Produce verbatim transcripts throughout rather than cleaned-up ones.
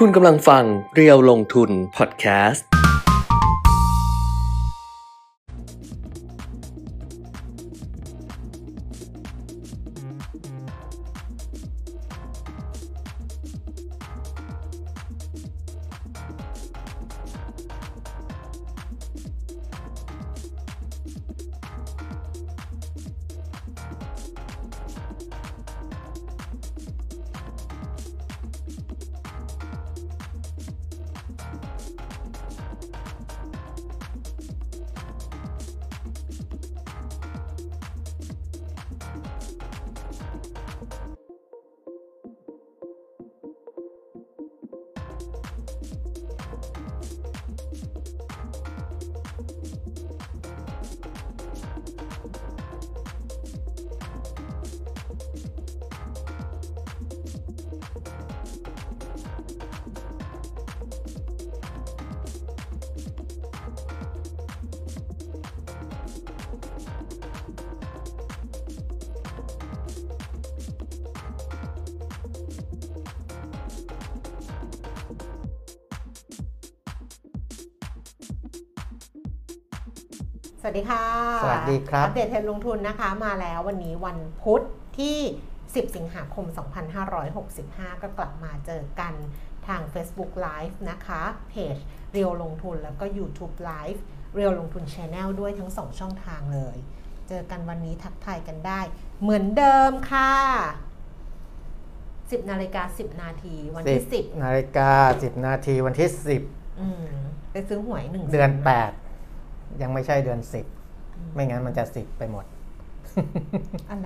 คุณกำลังฟังเรียวลงทุนพอดแคสต์สวัสดีค่ะสวัสดีครับอัปเดตเทรนด์ลงทุนนะคะมาแล้ววันนี้วันพุธที่สิบสิงหาคมสองพันห้าร้อยหกสิบห้าก็กลับมาเจอกันทาง Facebook Live นะคะเพจเรียวลงทุนแล้วก็ YouTube Live เรียวลงทุน Channel ด้วยทั้งสองช่องทางเลยเจอกันวันนี้ทักทายกันได้เหมือนเดิมค่ะสิบนาฬิกาสิบนาทีวันที่สิบนาฬิกาสิบนาทีวันที่สิบอืมไปซื้อหวยหนึ่งเดือนแปดยังไม่ใช่เดือนสิบไม่งั้นมันจะสิบไปหมดอะไร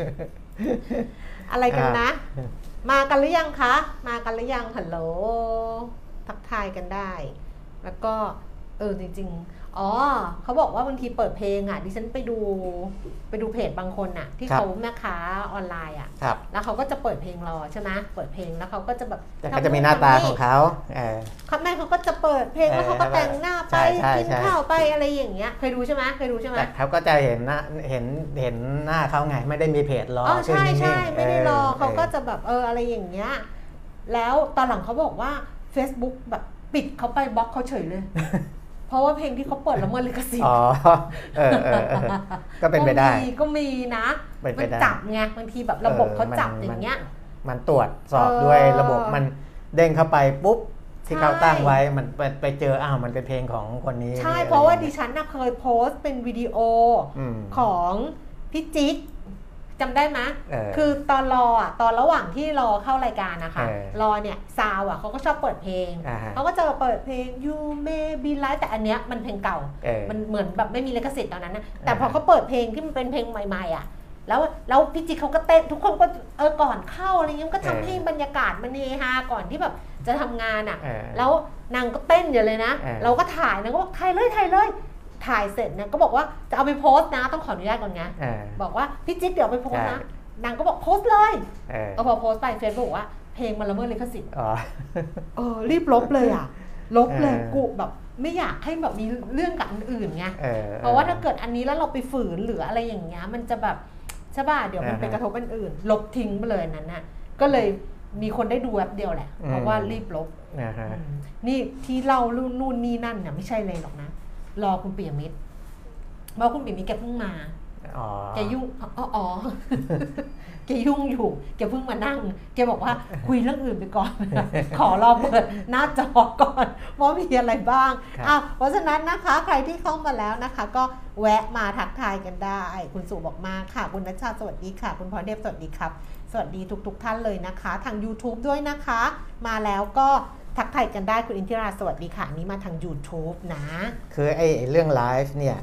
อะไรกันนะ มากันหรือยังคะมากันหรือยังฮัลโหลทักทายกันได้แล้วก็เออจริงๆอ๋อเขาบอกว่าบางทีเปิดเพลงอ่ะดิฉันไปดูไปดูเพจบางคนน่ะที่เขาแม่ค้าออนไลน์อ่ะแล้วเขาก็จะเปิดเพลงรอใช่ไหมเปิดเพลงแล้วเขาก็จะแบบแต่ก็จะมีหน้าตาของเขาเออเขาแม่เขาก็จะเปิดเพลงแล้วเขาก็แต่งหน้าไปกินข้าวไปอะไรอย่างเงี้ยเคยดูใช่ไหมเคยดูใช่ไหมแต่เขาก็จะเห็นหน้าเห็นเห็นหน้าเขาไงไม่ได้มีเพจรออ๋อใช่ใช่ไม่ได้รอเขาก็จะแบบเอออะไรอย่างเงี้ยแล้วตอนหลังเขาบอกว่า Facebook แบบปิดเขาไปบล็อกเขาเฉยเลยเพราะว่าเพลงที่เขาเปิดละเมิดลิขสิทธิ์อ๋อเออเออก็เป็นไปได้ก็มีนะมันจับไงบางทีแบบระบบเขาจับอย่างเงี้ยมันตรวจสอบด้วยระบบมันเด้งเข้าไปปุ๊บที่เขาตั้งไว้มันไปไปเจออ้าวมันเป็นเพลงของคนนี้ใช่เพราะว่าดิฉันน่ะเคยโพสต์เป็นวิดีโอของพี่จิ๊กจำได้ไหมคือตอนรออ่ะตอนระหว่างที่รอเข้ารายการนะคะรอเนี่ยซาวอ่ะเขาก็ชอบเปิดเพลงเขาก็จะเปิดเพลง You May Be Right แต่อันเนี้ยมันเพลงเก่ามันเหมือนแบบไม่มีลิขสิทธิ์ตอนนั้นนะแต่พอเขาเปิดเพลงที่มันเป็นเพลงใหม่ๆอ่ะแล้วแล้วพี่จิ๊กเขาก็เต้นทุกคนก็เออก่อนเข้าอะไรเงี้ยก็ทำให้บรรยากาศมันเฮฮาก่อนที่แบบจะทำงานอ่ะแล้วนางก็เต้นอยู่เลยนะเราก็ถ่ายนางก็บอกถ่ายเลยถ่ายเลยถ่ายเสร็จเนี่ยก็บอกว่าจะเอาไปโพสต์นะต้องขออนุญาตก่อนไงบอกว่าพี่จิ๊กเดี๋ยวไปโพสต์นะนางก็บอกโพสต์เลยก็พอโพสต์ไปเฟซบุ๊กว่าเพลงมันละเมิดลิขสิทธิ์เออรีบลบเลยอ่ะลบเลยกูแบบไม่อยากให้แบบมีเรื่องกับอันอื่นไงเพราะว่าถ้าเกิดอันนี้แล้วเราไปฝืนหรืออะไรอย่างเงี้ยมันจะแบบใช่ป่ะเดี๋ยวมันไปกระทบอันอื่นลบทิ้งไปเลยนั้นน่ะก็เลยมีคนได้ดูแวบเดียวแหละเพราะว่ารีบลบนี่ที่เล่านู่นนี่นั่นเนี่ยไม่ใช่เลยหรอกนะรอคุณปิยมิตรเพราะคุณปิยมิตรแกเพิ่งมาแกยุ่งอ๋ออ๋อแกยุ่งอยู่แกเพิ่งมานั่งแกบอกว่าคุยเรื่องอื่นไปก่อนขอรอเปิดหน้าจอก่อนว่ามีอะไรบ้างอ้าวเพราะฉะนั้นนะคะใครที่เข้ามาแล้วนะคะก็แวะมาทักทายกันได้คุณสุบอกมาค่ะคุณณัชชาสวัสดีค่ะคุณพรเทพสวัสดีครับสวัสดีทุกๆท่านเลยนะคะทาง YouTube ด้วยนะคะมาแล้วก็ทักทายกันได้คุณอินทิราสวัสดีค่ะนี้มาทาง YouTube นะคือไอ้เรื่องไลฟ์เนี่ย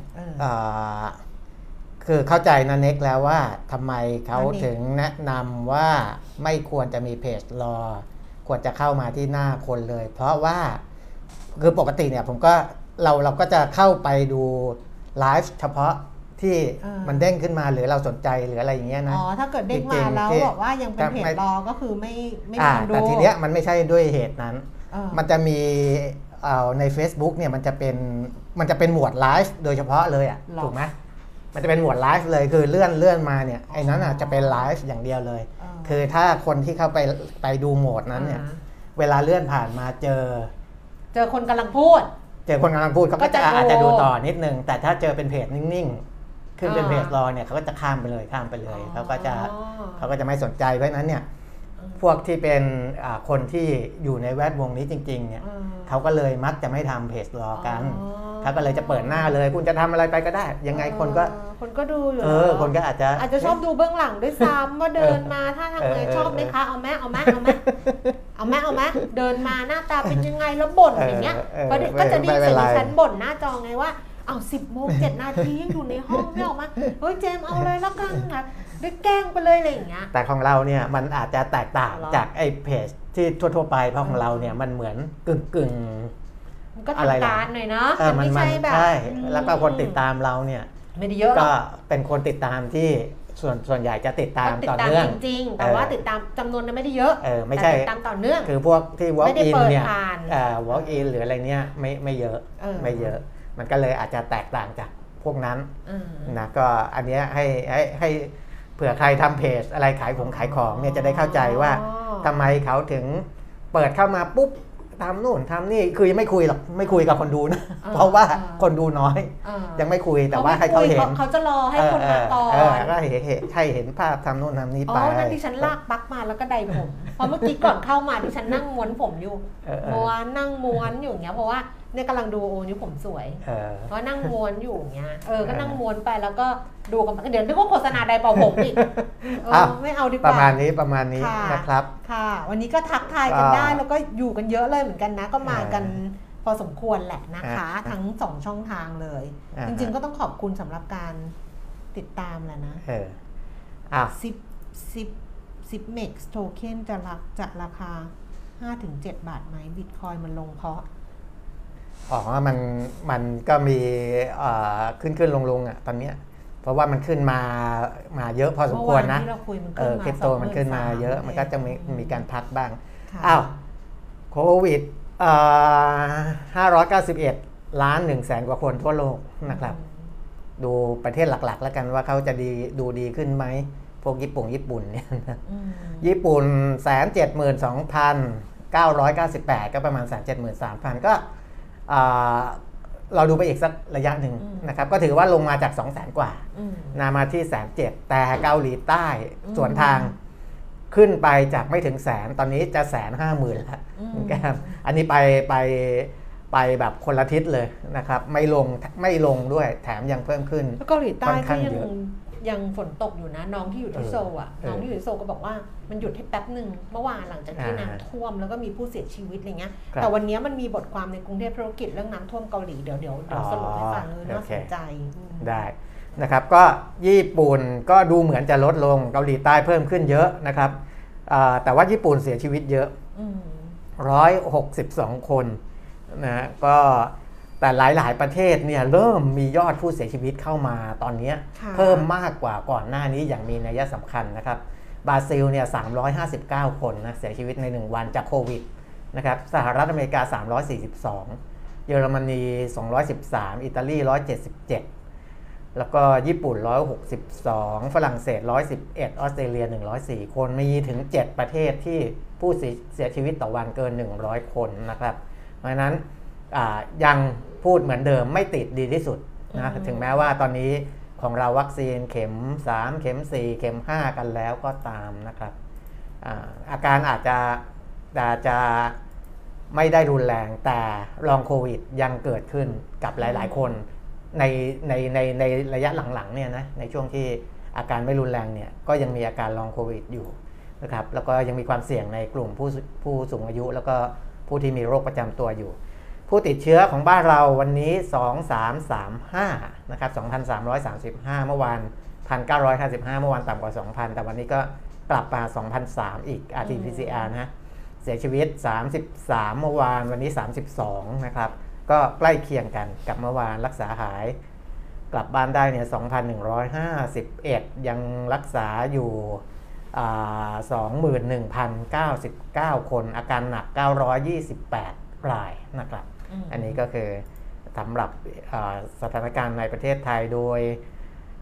คือเข้าใจนะเน็กแล้วว่าทำไมเขาถึงแนะนำว่าไม่ควรจะมีเพจรอควรจะเข้ามาที่หน้าคนเลยเพราะว่าคือปกติเนี่ยผมก็เราเราก็จะเข้าไปดูไลฟ์เฉพาะที่มันเด้งขึ้นมาหรือเราสนใจหรืออะไรอย่างเงี้ยนะอ๋อถ้าเกิดเด้งมาแล้วบอกว่ายังเป็นเพจรอก็คือไม่ไม่มีคนดูแต่ทีเนี้ยมันไม่ใช่ด้วยเหตุนั้นมันจะมีใน Facebook เนี่ยมันจะเป็นมันจะเป็นหมวดไลฟ์โดยเฉพาะเลยอ่ะถูกไหมมันจะเป็นหมวดไลฟ์เลยคือเลื่อนเลื่อนมาเนี่ยไอ้นั้นอ่ะจะเป็นไลฟ์อย่างเดียวเลยคือถ้าคนที่เข้าไปไปดูโหมดนั้นเนี่ยเวลาเลื่อนผ่านมาเจอเจอคนกำลังพูดเจอคนกำลังพูดเขาก็จะอาจจะดูต่อนิดนึงแต่ถ้าเจอเป็นเพจนิ่งๆขึ้นเป็นเพจรอเนี่ยเขาก็จะข้ามไปเลยข้ามไปเลยเขาก็จะเขาก็จะไม่สนใจเพราะนั้นเนี่ยพวกที่เป็นคนที่อยู่ในแวดวงนี้จริงๆเนี่ยเขาก็เลยมักจะไม่ทำเพจรอกันเขาก็เลยจะเปิดหน้าเลยคุณจะทำอะไรไปก็ได้ยังไงคนก็คนก็ดูอยู่เออคนก็อาจจะอาจจะชอบดูเบื้องหลังด้วยซ้ำว่าเดินมาถ้าทางไงชอบไหมคะเอาแม่เอาแม่เอาแม่เอาแม่เอาแม่เดินมาหน้าตาเป็นยังไงแล้วบ่นอย่างเงี้ยก็จะดีเสียงฉันบ่นหน้าจอไงว่าเอาสิบโมงเจ็ดนาทียังอยู่ในห้องไม่ออกมาเฮ้ยเจมเอาเลยแล้วกันนะได้แกล้งไปเลยอะไรอย่างเงี้ยแต่ของเราเนี่ยมันอาจจะแตกต่างจากไอ้เพจที่ทั่วๆไปเพราะของเราเนี่ยมันเหมือนกึ่งกึ่งก็ทำการหน่อยเนาะไม่ใช่แบบใช่แล้วก็คนติดตามเราเนี่ยไม่ได้เยอะก็เป็นคนติดตามที่ส่วนส่วนใหญ่จะติดตามต่อเนื่องจริงๆแต่ว่าติดตามจำนวนไม่ได้เยอะเออไม่ใช่ติดตามต่อเนื่องคือพวกที่ walk in เนี่ยเอ่อ walk in หรืออะไรเนี่ยไม่ไม่เยอะไม่เยอะมันก็เลยอาจจะแตกต่างจากพวกนั้นนะก็อันนี้ให้ให้ให้เผื่อใครทำเพจอะไรขายของขายของเนี่ยจะได้เข้าใจว่าทำไมเขาถึงเปิดเข้ามาปุ๊บทำนู่นทำนี่คือยังไม่คุยหรอกไม่คุยกับคนดูนะเพราะว่าคนดูน้อยยังไม่คุยแต่ว่าให้เขาเห็นเขาจะรอให้คนมาก่อนก็เห็นให้เห็นภาพทำนู่นทำนี่ไปอ๋อนั่นที่ฉันลากปักมาแล้วก็ไดผมเพราะเมื่อกี้ก่อนเข้ามาที่ฉันนั่งม้วนผมอยู่ม้วนนั่งม้วนอยู่อย่างเงี้ยเพราะว่าเนี่ยกำลังดูโอ้ยผมสวยเพราะนั่งม้วนอยู่อย่างเงี้ยเออก็นั่งม้วนไปแล้วก็ดูกันเดี๋ยวนึกว่าโฆษณาไดเป่าผมอีกไม่เอาดีกว่าประมาณนี้ประมาณนี้นะครับค่ะวันนี้ก็ทักทายกันได้แล้วก็อยู่กันเยอะเลยเหมือนกันนะก็มากันพอสมควรแหละนะคะทั้งสองช่องทางเลยจริงๆก็ต้องขอบคุณสำหรับการติดตามแหละนะเอออ่ะสิบสิบสิบเม็กซ์โทเค็นจะราจะราคา ห้าถึงเจ็ด บาทไหมบิตคอยมันลงเพราะอ๋อมันมันก็มีขึ้นขึ้นลงลงอ่ะตอนนี้เพราะว่ามันขึ้นมามาเยอะพอสมควรนะเออคริปโตมันขึ้นมาเยอะมันก็จะมีมีการพักบ้างอ้าวโควิดห้าร้อยเก้าสิบเอ็ดล้านหนึ่งแสนกว่าคนทั่วโลกนะครับดูประเทศหลักๆแล้วกันว่าเขาจะดีดูดีขึ้นไหมพวกญี่ปุ่นญี่ปุ่นเนี่ยญี่ปุ่น หนึ่งแสนเจ็ดหมื่นสองพันเก้าร้อยเก้าสิบแปด ก็ประมาณ หนึ่งแสนเจ็ดหมื่นสามพัน ก็เราดูไปอีกสักระยะหนึ่งนะครับก็ถือว่าลงมาจาก สองแสน กว่านามาที่ หนึ่งแสนเจ็ดหมื่น แต่เกาหลีใต้ส่วนทางขึ้นไปจากไม่ถึงแสนตอนนี้จะ หนึ่งแสนห้าหมื่น แล้วอันนี้ไปไปไปแบบคนละทิศเลยนะครับไม่ลงไม่ลงด้วยแถมยังเพิ่มขึ้นเกาหลีใต้ก็ยังยังฝนตกอยู่นะน้องที่อยู่ที่โซลอ่ะน้องที่อยู่ที่โซลก็บอกว่ามันหยุดให้แป๊บหนึ่งเมื่อวานหลังจากที่น้ำท่วมแล้วก็มีผู้เสียชีวิตอะไรเงี้ยแต่วันนี้มันมีบทความในกรุงเทพธุรกิจเรื่องน้ำท่วมเกาหลีเดี๋ยวเดี๋ยวเดี๋ยวสรุปให้ฟังเลยน่าสนใจได้นะครับก็ญี่ปุ่นก็ดูเหมือนจะลดลงเกาหลีใต้เพิ่มขึ้นเยอะนะครับแต่ว่าญี่ปุ่นเสียชีวิตเยอะหนึ่งร้อยหกสิบสองคนนะก็แต่หลายๆประเทศเนี่ยเริ่มมียอดผู้เสียชีวิตเข้ามาตอนนี้เพิ่มมากกว่าก่อนหน้านี้อย่างมีนัยสำคัญนะครับบราซิลเนี่ยสามร้อยห้าสิบเก้าคนนะเสียชีวิตในหนึ่งวันจากโควิดนะครับสหรัฐอเมริกาสามร้อยสี่สิบสองเยอรมนีสองร้อยสิบสามอิตาลีหนึ่งร้อยเจ็ดสิบเจ็ดแล้วก็ญี่ปุ่นหนึ่งร้อยหกสิบสองฝรั่งเศสหนึ่งร้อยสิบเอ็ดออสเตรเลียหนึ่งร้อยสี่คนมีถึงเจ็ดประเทศที่ผู้เสียชีวิตต่อวันเกินหนึ่งร้อยคนนะครับเพราะฉะนั้นยังพูดเหมือนเดิมไม่ติดดีที่สุดนะถึงแม้ว่าตอนนี้ของเราวัคซีนเข็มสามเข็มสี่เข็มห้ากันแล้วก็ตามนะครับ อา, อาการอาจจะอาจจะไม่ได้รุนแรงแต่ลองโควิดยังเกิดขึ้นกับหลายๆคนในในในในระยะหลังๆเนี่ยนะในช่วงที่อาการไม่รุนแรงเนี่ยก็ยังมีอาการลองโควิดอยู่นะครับแล้วก็ยังมีความเสี่ยงในกลุ่มผู้ผู้สูงอายุแล้วก็ผู้ที่มีโรคประจำตัวอยู่ผู้ติดเชื้อของบ้านเราวันนี้สองพันสามร้อยสามสิบห้านะครับ สองพันสามร้อยสามสิบห้า เมื่อวาน หนึ่งพันเก้าร้อยห้าสิบห้า เมื่อวานต่ำกว่า สองพัน แต่วันนี้ก็กลับมา สองพันสามร้อย อีก อาร์ ที พี ซี อาร์ นะฮะเสียชีวิตสามสิบสามเมื่อวานวันนี้สามสิบสองนะครับก็ใกล้เคียงกันกับเมื่อวานรักษาหายกลับบ้านได้เนี่ย สองพันหนึ่งร้อยห้าสิบเอ็ด ยังรักษาอยู่สองหมื่นหนึ่งพันเก้าสิบเก้า คนอาการหนักเก้าร้อยยี่สิบแปดรายนะครับอันนี้ก็คือสำหรับสถานการณ์ในประเทศไทยโดย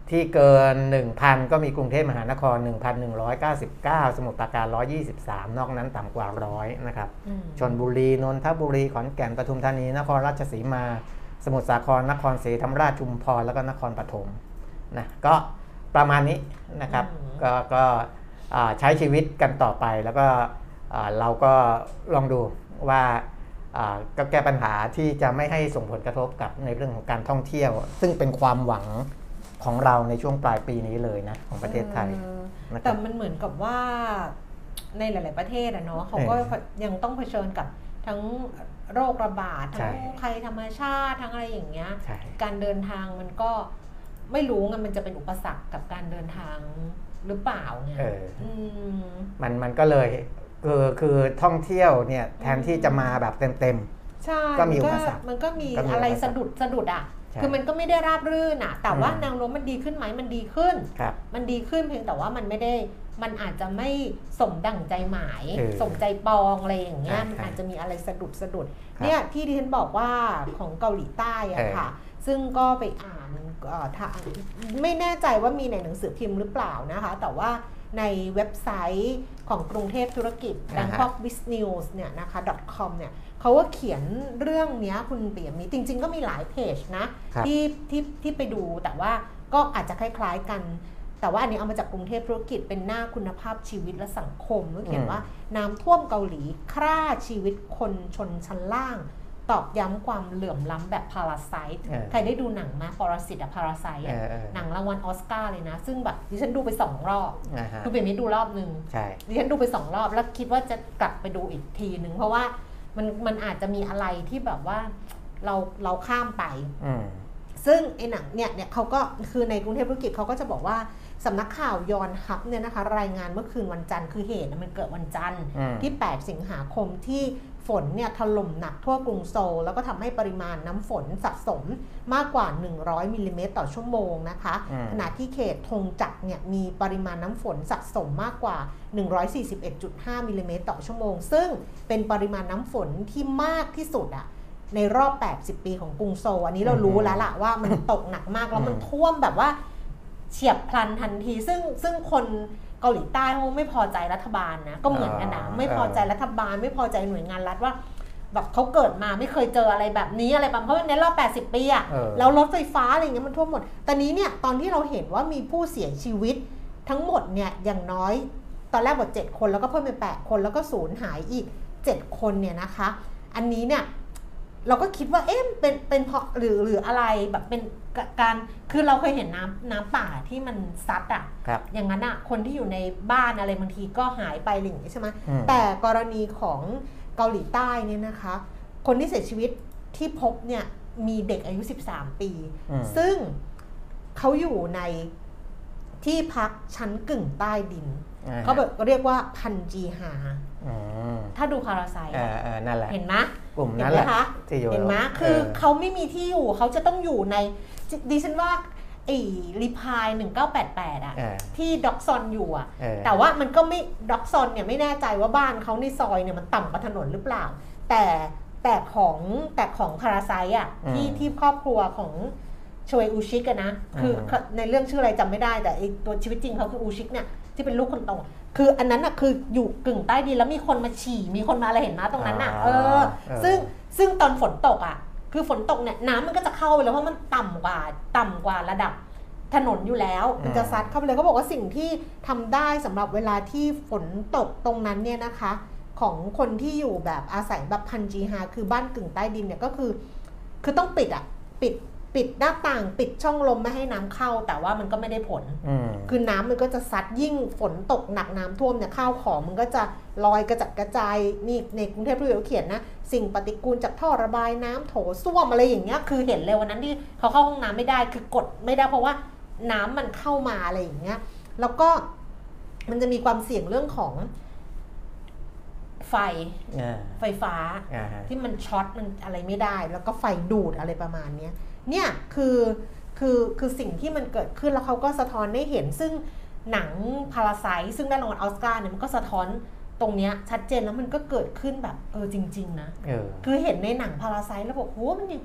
ที่เกิน หนึ่งพัน ก็มีกรุงเทพมหานคร หนึ่งพันหนึ่งร้อยเก้าสิบเก้า สมุทรปราการหนึ่งร้อยยี่สิบสามนอกนั้นต่ำกว่าร้อยนะครับชลบุรีนนทบุรีขอนแก่นปทุมธานีนครราชสีมาสมุทรสาครนครศรีธรรมราชชุมพรแล้วก็นครปฐมนะก็ประมาณนี้นะครับก็ก็ใช้ชีวิตกันต่อไปแล้วก็เราก็ลองดูว่าก็แก้ปัญหาที่จะไม่ให้ส่งผลกระทบกับในเรื่องของการท่องเที่ยวซึ่งเป็นความหวังของเราในช่วงปลายปีนี้เลยนะของประเทศไทยแต่มันเหมือนกับว่าในหลายๆประเทศอะเนาะเขาก็ยังต้องเผชิญกับทั้งโรคระบาดทั้งภัยธรรมชาติทั้งอะไรอย่างเงี้ยการเดินทางมันก็ไม่รู้ไงมันจะเป็นอุปสรรคกับการเดินทางหรือเปล่าไงมันมันก็เลยคือคือท่องเที่ยวเนี่ยแทนที่จะมาแบบเต็มๆใช่ก็มีอุปสรรคมันก็มีอะไรสะดุดสะดุดอ่ะคือมันก็ไม่ได้ราบรื่นอ่ะแต่ว่าแนวโน้มมันดีขึ้นไหมมันดีขึ้นมันดีขึ้นเพียงแต่ว่ามันไม่ได้มันอาจจะไม่สมดั่งใจหมายสมใจปองอะไรอย่างเงี้ยมันอาจจะมีอะไรสะดุดสะดุดเนี่ยที่ดิฉันบอกว่าของเกาหลีใต้อะค่ะซึ่งก็ไปอ่านไม่แน่ใจว่ามีในหนังสือพิมพ์หรือเปล่านะคะแต่ว่าในเว็บไซต์ของกรุงเทพธุรกิจ Bangkok Business เนี่ยนะคะ .com เนี่ยเขาก็เขียนเรื่องนี้คุณเปี่ยมมีจริงๆก็มีหลายเพจนะที่ที่ที่ไปดูแต่ว่าก็อาจจะคล้ายๆกันแต่ว่าอันนี้เอามาจากกรุงเทพธุรกิจเป็นหน้าคุณภาพชีวิตและสังคมก็เขียนว่าน้ำท่วมเกาหลีฆ่าชีวิตคนชนชั้นล่างตอกย้ำความเหลื่อมล้ำแบบพาราไซต์ใครได้ดูหนังไหมปรสิตอะพาราไซต์หนังรางวัลออสการ์เลยนะซึ่งแบบดิฉันดูไปสองรอบคือเป็นมิดูรอบนึงดิฉันดูไปสองรอบแล้วคิดว่าจะกลับไปดูอีกทีนึงเพราะว่ามันมันอาจจะมีอะไรที่แบบว่าเราเราข้ามไปซึ่งไอ้หนังเนี่ยเนี่ยเขาก็คือในกรุงเทพธุรกิจเขาก็จะบอกว่าสำนักข่าวยอนฮับเนี่ยนะคะรายงานเมื่อคืนวันจันทร์คือเหตุมันเกิดวันจันทร์ที่แปดสิงหาคมที่ฝนเนี่ยถล่มหนักทั่วกรุงโซลแล้วก็ทำให้ปริมาณน้ำฝนสะสมมากกว่าหนึ่งร้อยมิลลิเมตรต่อชั่วโมงนะคะขณะที่เขตธงจักรเนี่ยมีปริมาณน้ำฝนสะสมมากกว่า หนึ่งร้อยสี่สิบเอ็ดจุดห้า มิลลิเมตรต่อชั่วโมงซึ่งเป็นปริมาณน้ำฝนที่มากที่สุดอะในรอบแปดสิบปีของกรุงโซลอันนี้เรารู้แล้วล่ะว่ามันตกหนักมากแล้วมันท่วมแบบว่าเฉียบพลันทันทีซึ่งซึ่งคนเกาหลีใต้เขาไม่พอใจรัฐบาลนะก็เหมือนกันนะไม่พอใจรัฐบาลไม่พอใจหน่วยงานรัฐว่าแบบเขาเกิดมาไม่เคยเจออะไรแบบนี้อะไรแบบเพราะในรอบแปดสิบปีอะแล้วรถไฟฟ้าอะไรอย่างเงี้ยมันท่วมหมดตอนนี้เนี่ยตอนที่เราเห็นว่ามีผู้เสียชีวิตทั้งหมดเนี่ยอย่างน้อยตอนแรกบอกเจ็ดคนแล้วก็เพิ่มเป็นแปดคนแล้วก็สูญหายอีกเจ็ดคนเนี่ยนะคะอันนี้เนี่ยเราก็คิดว่าเอ๊ะเป็นเป็นเพราะหรือหรืออะไรแบบเป็นการคือเราเคยเห็นน้ำน้ำป่าที่มันซัดอ่ะอย่างนั้นอ่ะคนที่อยู่ในบ้านอะไรบางทีก็หายไปอะไรอย่างนี้ใช่ไหมแต่กรณีของเกาหลีใต้เนี่ยนะคะคนที่เสียชีวิตที่พบเนี่ยมีเด็กอายุสิบสามปีซึ่งเขาอยู่ในที่พักชั้นกึ่งใต้ดินเขาแบบเรียกว่าพันจีฮาถ้าดูพาราไซต์เห็นไหมกลุ่มนั้นแหละเห็นไหมคือเขาไม่มีที่อยู่เขาจะต้องอยู่ในดิฉันว่าไอ้รีพายหนึ่งเก้าแปดแปดอ่ะที่ด็อกซอนอยู่อ่ะแต่ว่ามันก็ไม่ด็อกซอนเนี่ยไม่แน่ใจว่าบ้านเขาในซอยเนี่ยมันต่ำกว่าถนนหรือเปล่าแต่แต่ของแต่ของพาราไซต์อ่ะที่ที่ครอบครัวของโชยอูชิกนะคือในเรื่องชื่ออะไรจำไม่ได้แต่ตัวชีวิตจริงเขาคืออูชิกเนี่ยที่เป็นลูกคนโตคืออันนั้นอ่ะคืออยู่กึ่งใต้ดินแล้วมีคนมาฉี่มีคนมาอะไรเห็นมาตรงนั้นอ่ะเออซึ่งซึ่งตอนฝนตกอ่ะคือฝนตกเนี่ยน้ำมันก็จะเข้าไปแล้วเพราะมันต่ำกว่าต่ำกว่าระดับถนนอยู่แล้วมันจะซัดเข้าไปเลยเขาบอกว่าสิ่งที่ทำได้สำหรับเวลาที่ฝนตกตรงนั้นเนี่ยนะคะของคนที่อยู่แบบอาศัยแบบพันจีฮาคือบ้านกึ่งใต้ดินเนี่ยก็คือคือต้องปิดอ่ะปิดปิดหน้าต่างปิดช่องลมไม่ให้น้ำเข้าแต่ว่ามันก็ไม่ได้ผลคือน้ำมันก็จะซัดยิ่งฝนตกหนักน้ำท่วมเนี่ยข้าวของมันก็จะลอยกระจัดกระจายนี่ในกรุงเทพฯเขียนนะสิ่งปฏิกูลจากท่อระบายน้ำโถส้วมอะไรอย่างเงี้ยคือเห็นเลยวันนั้นที่เขาเข้าห้องน้ำไม่ได้คือกดไม่ได้เพราะว่าน้ำมันเข้ามาอะไรอย่างเงี้ยแล้วก็มันจะมีความเสี่ยงเรื่องของไฟไฟฟ้าที่มันช็อตมันอะไรไม่ได้แล้วก็ไฟดูดอะไรประมาณนี้เนี่ยคือคือคือสิ่งที่มันเกิดขึ้นแล้วเขาก็สะท้อนให้เห็นซึ่งหนังพาราไซต์ซึ่งได้รางวัลออสการ์เนี่ยมันก็สะท้อนตรงเนี้ยชัดเจนแล้วมันก็เกิดขึ้นแบบเออจริงๆนะคือเห็นในหนังพาราไซต์แล้วบอกโหมันแต่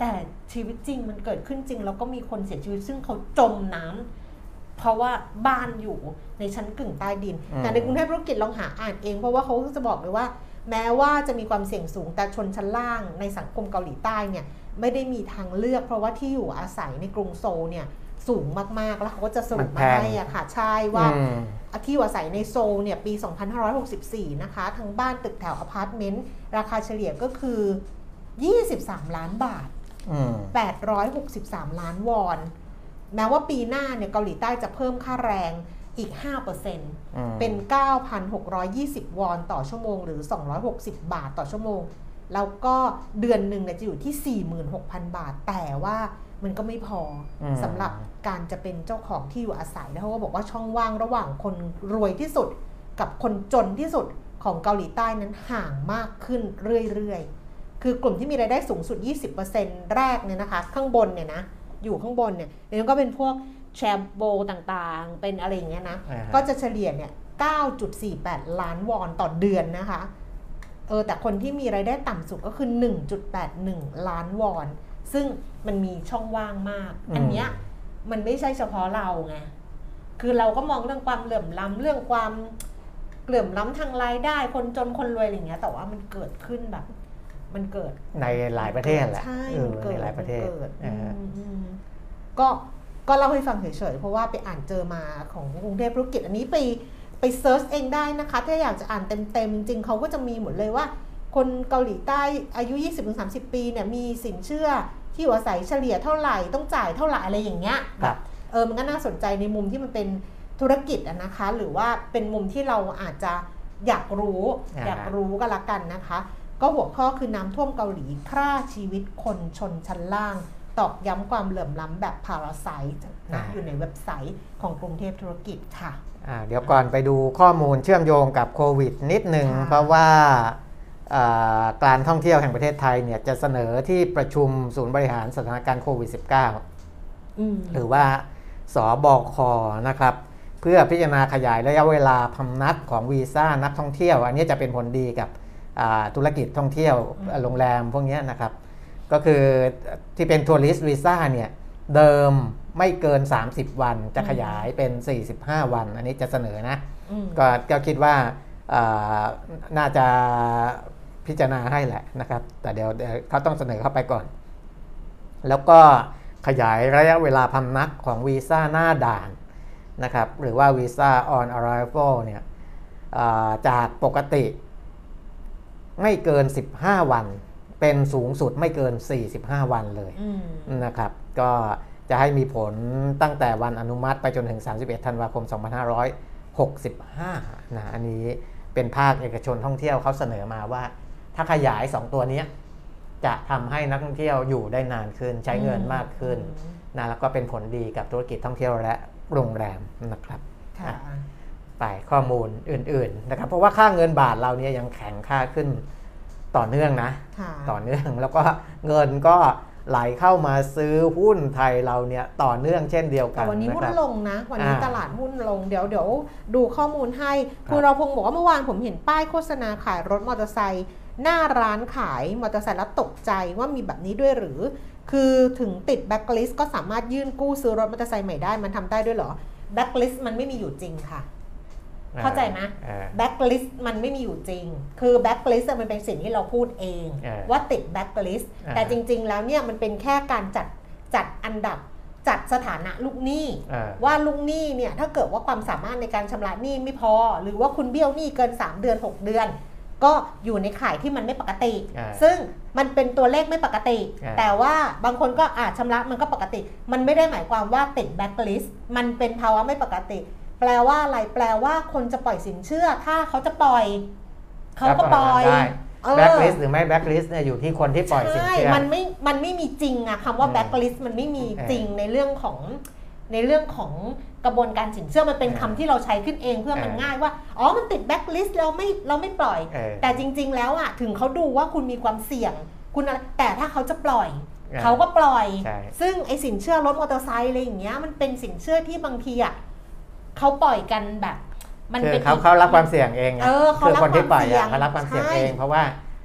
แต่ชีวิตจริงมันเกิดขึ้นจริงแล้วก็มีคนเสียชีวิตซึ่งเขาจมน้ำเพราะว่าบ้านอยู่ในชั้นกึ่งใต้ดินแต่ในกรุงเทพธุรกิจลองหาอ่านเองเพราะว่าเขาจะบอกเลยว่าแม้ว่าจะมีความเสี่ยงสูงแต่ชนชั้นล่างในสังคมเกาหลีใต้เนี่ยไม่ได้มีทางเลือกเพราะว่าที่อยู่อาศัยในกรุงโซลเนี่ยสูงมากๆแล้วเขาก็จะสรุปมาให้อ่ะค่ะใช่ว่าที่อยู่อาศัยในโซลเนี่ยปีสองพันห้าร้อยหกสิบสี่นะคะทั้งบ้านตึกแถวอพาร์ตเมนต์ราคาเฉลี่ยก็คือยี่สิบสามล้านบาทแปดร้อยหกสิบสามล้านวอนแม้ว่าปีหน้าเนี่ยเกาหลีใต้จะเพิ่มค่าแรงอีก ห้าเปอร์เซ็นต์ เป็น เก้าพันหกร้อยยี่สิบ วอนต่อชั่วโมงหรือสองร้อยหกสิบบาทต่อชั่วโมงแล้วก็เดือนหนึ่งเนี่ยจะอยู่ที่ สี่หมื่นหกพัน บาทแต่ว่ามันก็ไม่พอสำหรับการจะเป็นเจ้าของที่อยู่อาศัยแล้วเขาก็บอกว่าช่องว่างระหว่างคนรวยที่สุดกับคนจนที่สุดของเกาหลีใต้นั้นห่างมากขึ้นเรื่อยๆคือกลุ่มที่มีรายได้สูงสุด ยี่สิบเปอร์เซ็นต์ แรกเนี่ยนะคะข้างบนเนี่ยนะอยู่ข้างบนเนี่ยแล้วก็เป็นพวกแชมโบต่างๆเป็นอะไรอย่างเงี้ยนะ uh-huh. ก็จะเฉลี่ยเนี่ย เก้าจุดสี่แปด ล้านวอนต่อเดือนนะคะเออแต่คนที่มีรายได้ต่ำสุดก็คือ หนึ่งจุดแปดหนึ่ง ล้านวอนซึ่งมันมีช่องว่างมาก uh-huh. อันเนี้ยมันไม่ใช่เฉพาะเราไงคือเราก็มองเรื่องความเหลื่อมล้ำเรื่องความเหลื่อมล้ำทางรายได้คนจนคนรวยอะไรอย่างเงี้ยแต่ว่ามันเกิดขึ้นแบบมันเกิดในหลายประเทศแหละใช่มันเกิดในหลายประเทศก็ก็เล่าให้ฟังเฉยๆเพราะว่าไปอ่านเจอมาของกรุงเทพธุรกิจอันนี้ไปไปเซิร์ชเองได้นะคะถ้าอยากจะอ่านเต็มๆจริงๆเขาก็จะมีหมดเลยว่าคนเกาหลีใต้อายุ ยี่สิบถึงสามสิบ ปีเนี่ยมีสินเชื่อที่อยู่อาศัยเฉลี่ยเท่าไหร่ต้องจ่ายเท่าไหร่อะไรอย่างเงี้ยแบบเออมันก็น่าสนใจในมุมที่มันเป็นธุรกิจอะนะคะหรือว่าเป็นมุมที่เราอาจจะอยากรู้อยากรู้ก็แล้วกันนะคะก็หัวข้อคือน้ำท่วมเกาหลีฆ่าชีวิตคนชนชั้นล่างตอกย้ำความเหลื่อมล้ำแบบพาราไซต์นะอยู่ในเว็บไซต์ของกรุงเทพธุรกิจค่ะเดี๋ยวก่อนไปดูข้อมูลเชื่อมโยงกับโควิดนิดนึงเพราะว่าการท่องเที่ยวแห่งประเทศไทยเนี่ยจะเสนอที่ประชุมศูนย์บริหารสถานการณ์โควิด สิบเก้า หรือว่าสบค.นะครับเพื่อพิจารณาขยายระยะเวลาพำนักของวีซ่านักท่องเที่ยวอันนี้จะเป็นผลดีกับธุรกิจท่องเที่ยวโรงแรมพวกนี้นะครับก็คือที่เป็นทัวริสต์วีซ่าเนี่ยเดิมไม่เกินสามสิบวันจะขยายเป็นสี่สิบห้าวันอันนี้จะเสนอนะก็ก็คิดว่าน่าจะพิจารณาให้แหละนะครับแต่เดี๋ยวเขาต้องเสนอเข้าไปก่อนแล้วก็ขยายระยะเวลาพำนักของวีซ่าหน้าด่านนะครับหรือว่าวีซ่า on arrival เนี่ยจากปกติไม่เกินสิบห้าวันเป็นสูงสุดไม่เกินสี่สิบห้าวันเลยนะครับก็จะให้มีผลตั้งแต่วันอนุมัติไปจนถึงสามสิบเอ็ดธันวาคมสองพันห้าร้อยหกสิบห้านะอันนี้เป็นภาคเอกชนท่องเที่ยวเขาเสนอมาว่าถ้าขยายสองตัวนี้จะทำให้นักท่องเที่ยวอยู่ได้นานขึ้นใช้เงินมากขึ้นนะแล้วก็เป็นผลดีกับธุรกิจท่องเที่ยวและโรงแรมนะครับไปข้อมูลอื่นๆนะครับเพราะว่าค่าเงินบาทเราเนี่ยยังแข็งค่าขึ้นต่อเนื่องนะต่อเนื่องแล้วก็เงินก็ไหลเข้ามาซื้อหุ้นไทยเราเนี่ยต่อเนื่องเช่นเดียวกันวันนี้หุ้นลงนะวันนี้ตลาดหุ้นลงเดี๋ยวเดี๋ยวดูข้อมูลให้คุณเราพงบอกว่าเมื่อวานผมเห็นป้ายโฆษณาขายรถมอเตอร์ไซค์หน้าร้านขายมอเตอร์ไซค์แล้วตกใจว่ามีแบบนี้ด้วยหรือคือถึงติดแบ็คลิสต์ก็สามารถยื่นกู้ซื้อรถมอเตอร์ไซค์ใหม่ได้มันทำได้ด้วยเหรอแบ็คลิสต์มันไม่มีอยู่จริงค่ะเข้าใจไหมแบ็คลิสต์มันไม่มีอยู่จริงคือแบ็คลิสต์มันเป็นสิ่งที่เราพูดเองว่าติดแบ็คลิสต์แต่จริงๆแล้วเนี่ยมันเป็นแค่การจัดจัดอันดับจัดสถานะลูกหนี้ว่าลูกหนี้เนี่ยถ้าเกิดว่าความสามารถในการชำระหนี้ไม่พอหรือว่าคุณเบี้ยวหนี้เกินสามเดือนหกเดือนก็อยู่ในข่ายที่มันไม่ปกติซึ่งมันเป็นตัวเลขไม่ปกติแต่ว่าบางคนก็อาจชำระมันก็ปกติมันไม่ได้หมายความว่าติดแบ็คลิสต์มันเป็นภาวะไม่ปกติแปลว่าอะไรแปลว่าคนจะปล่อยสินเชื่อถ้าเขาจะปล่อยเขาก็ปล่อยแบ็คลิสต์หรือไม่แบ็คลิสต์เนี่ยอยู่ที่คนที่ปล่อยสินเชื่อมันไม่มันไม่มีจริงอะคำว่าแบ็คลิสต์มันไม่มีจริงในเรื่องของในเรื่องของกระบวนการสินเชื่อมันเป็นคำที่เราใช้ขึ้นเองเพื่อมันง่ายว่าอ๋อมันติดแบ็คลิสต์เราไม่เราไม่ปล่อยแต่จริงๆแล้วอะถึงเขาดูว่าคุณมีความเสี่ยงคุณแต่ถ้าเขาจะปล่อยเขาก็ปล่อยซึ่งไอ้สินเชื่อรถมอเตอร์ไซค์อะไรอย่างเงี้ยมันเป็นสินเชื่อที่บางทีอะเขาปล่อยกันแบบมันเป็นเขาเขารับความเสี่ยงเองคือคนที่ปล่อยเขารับความเสี่ยงเองเพราะว่า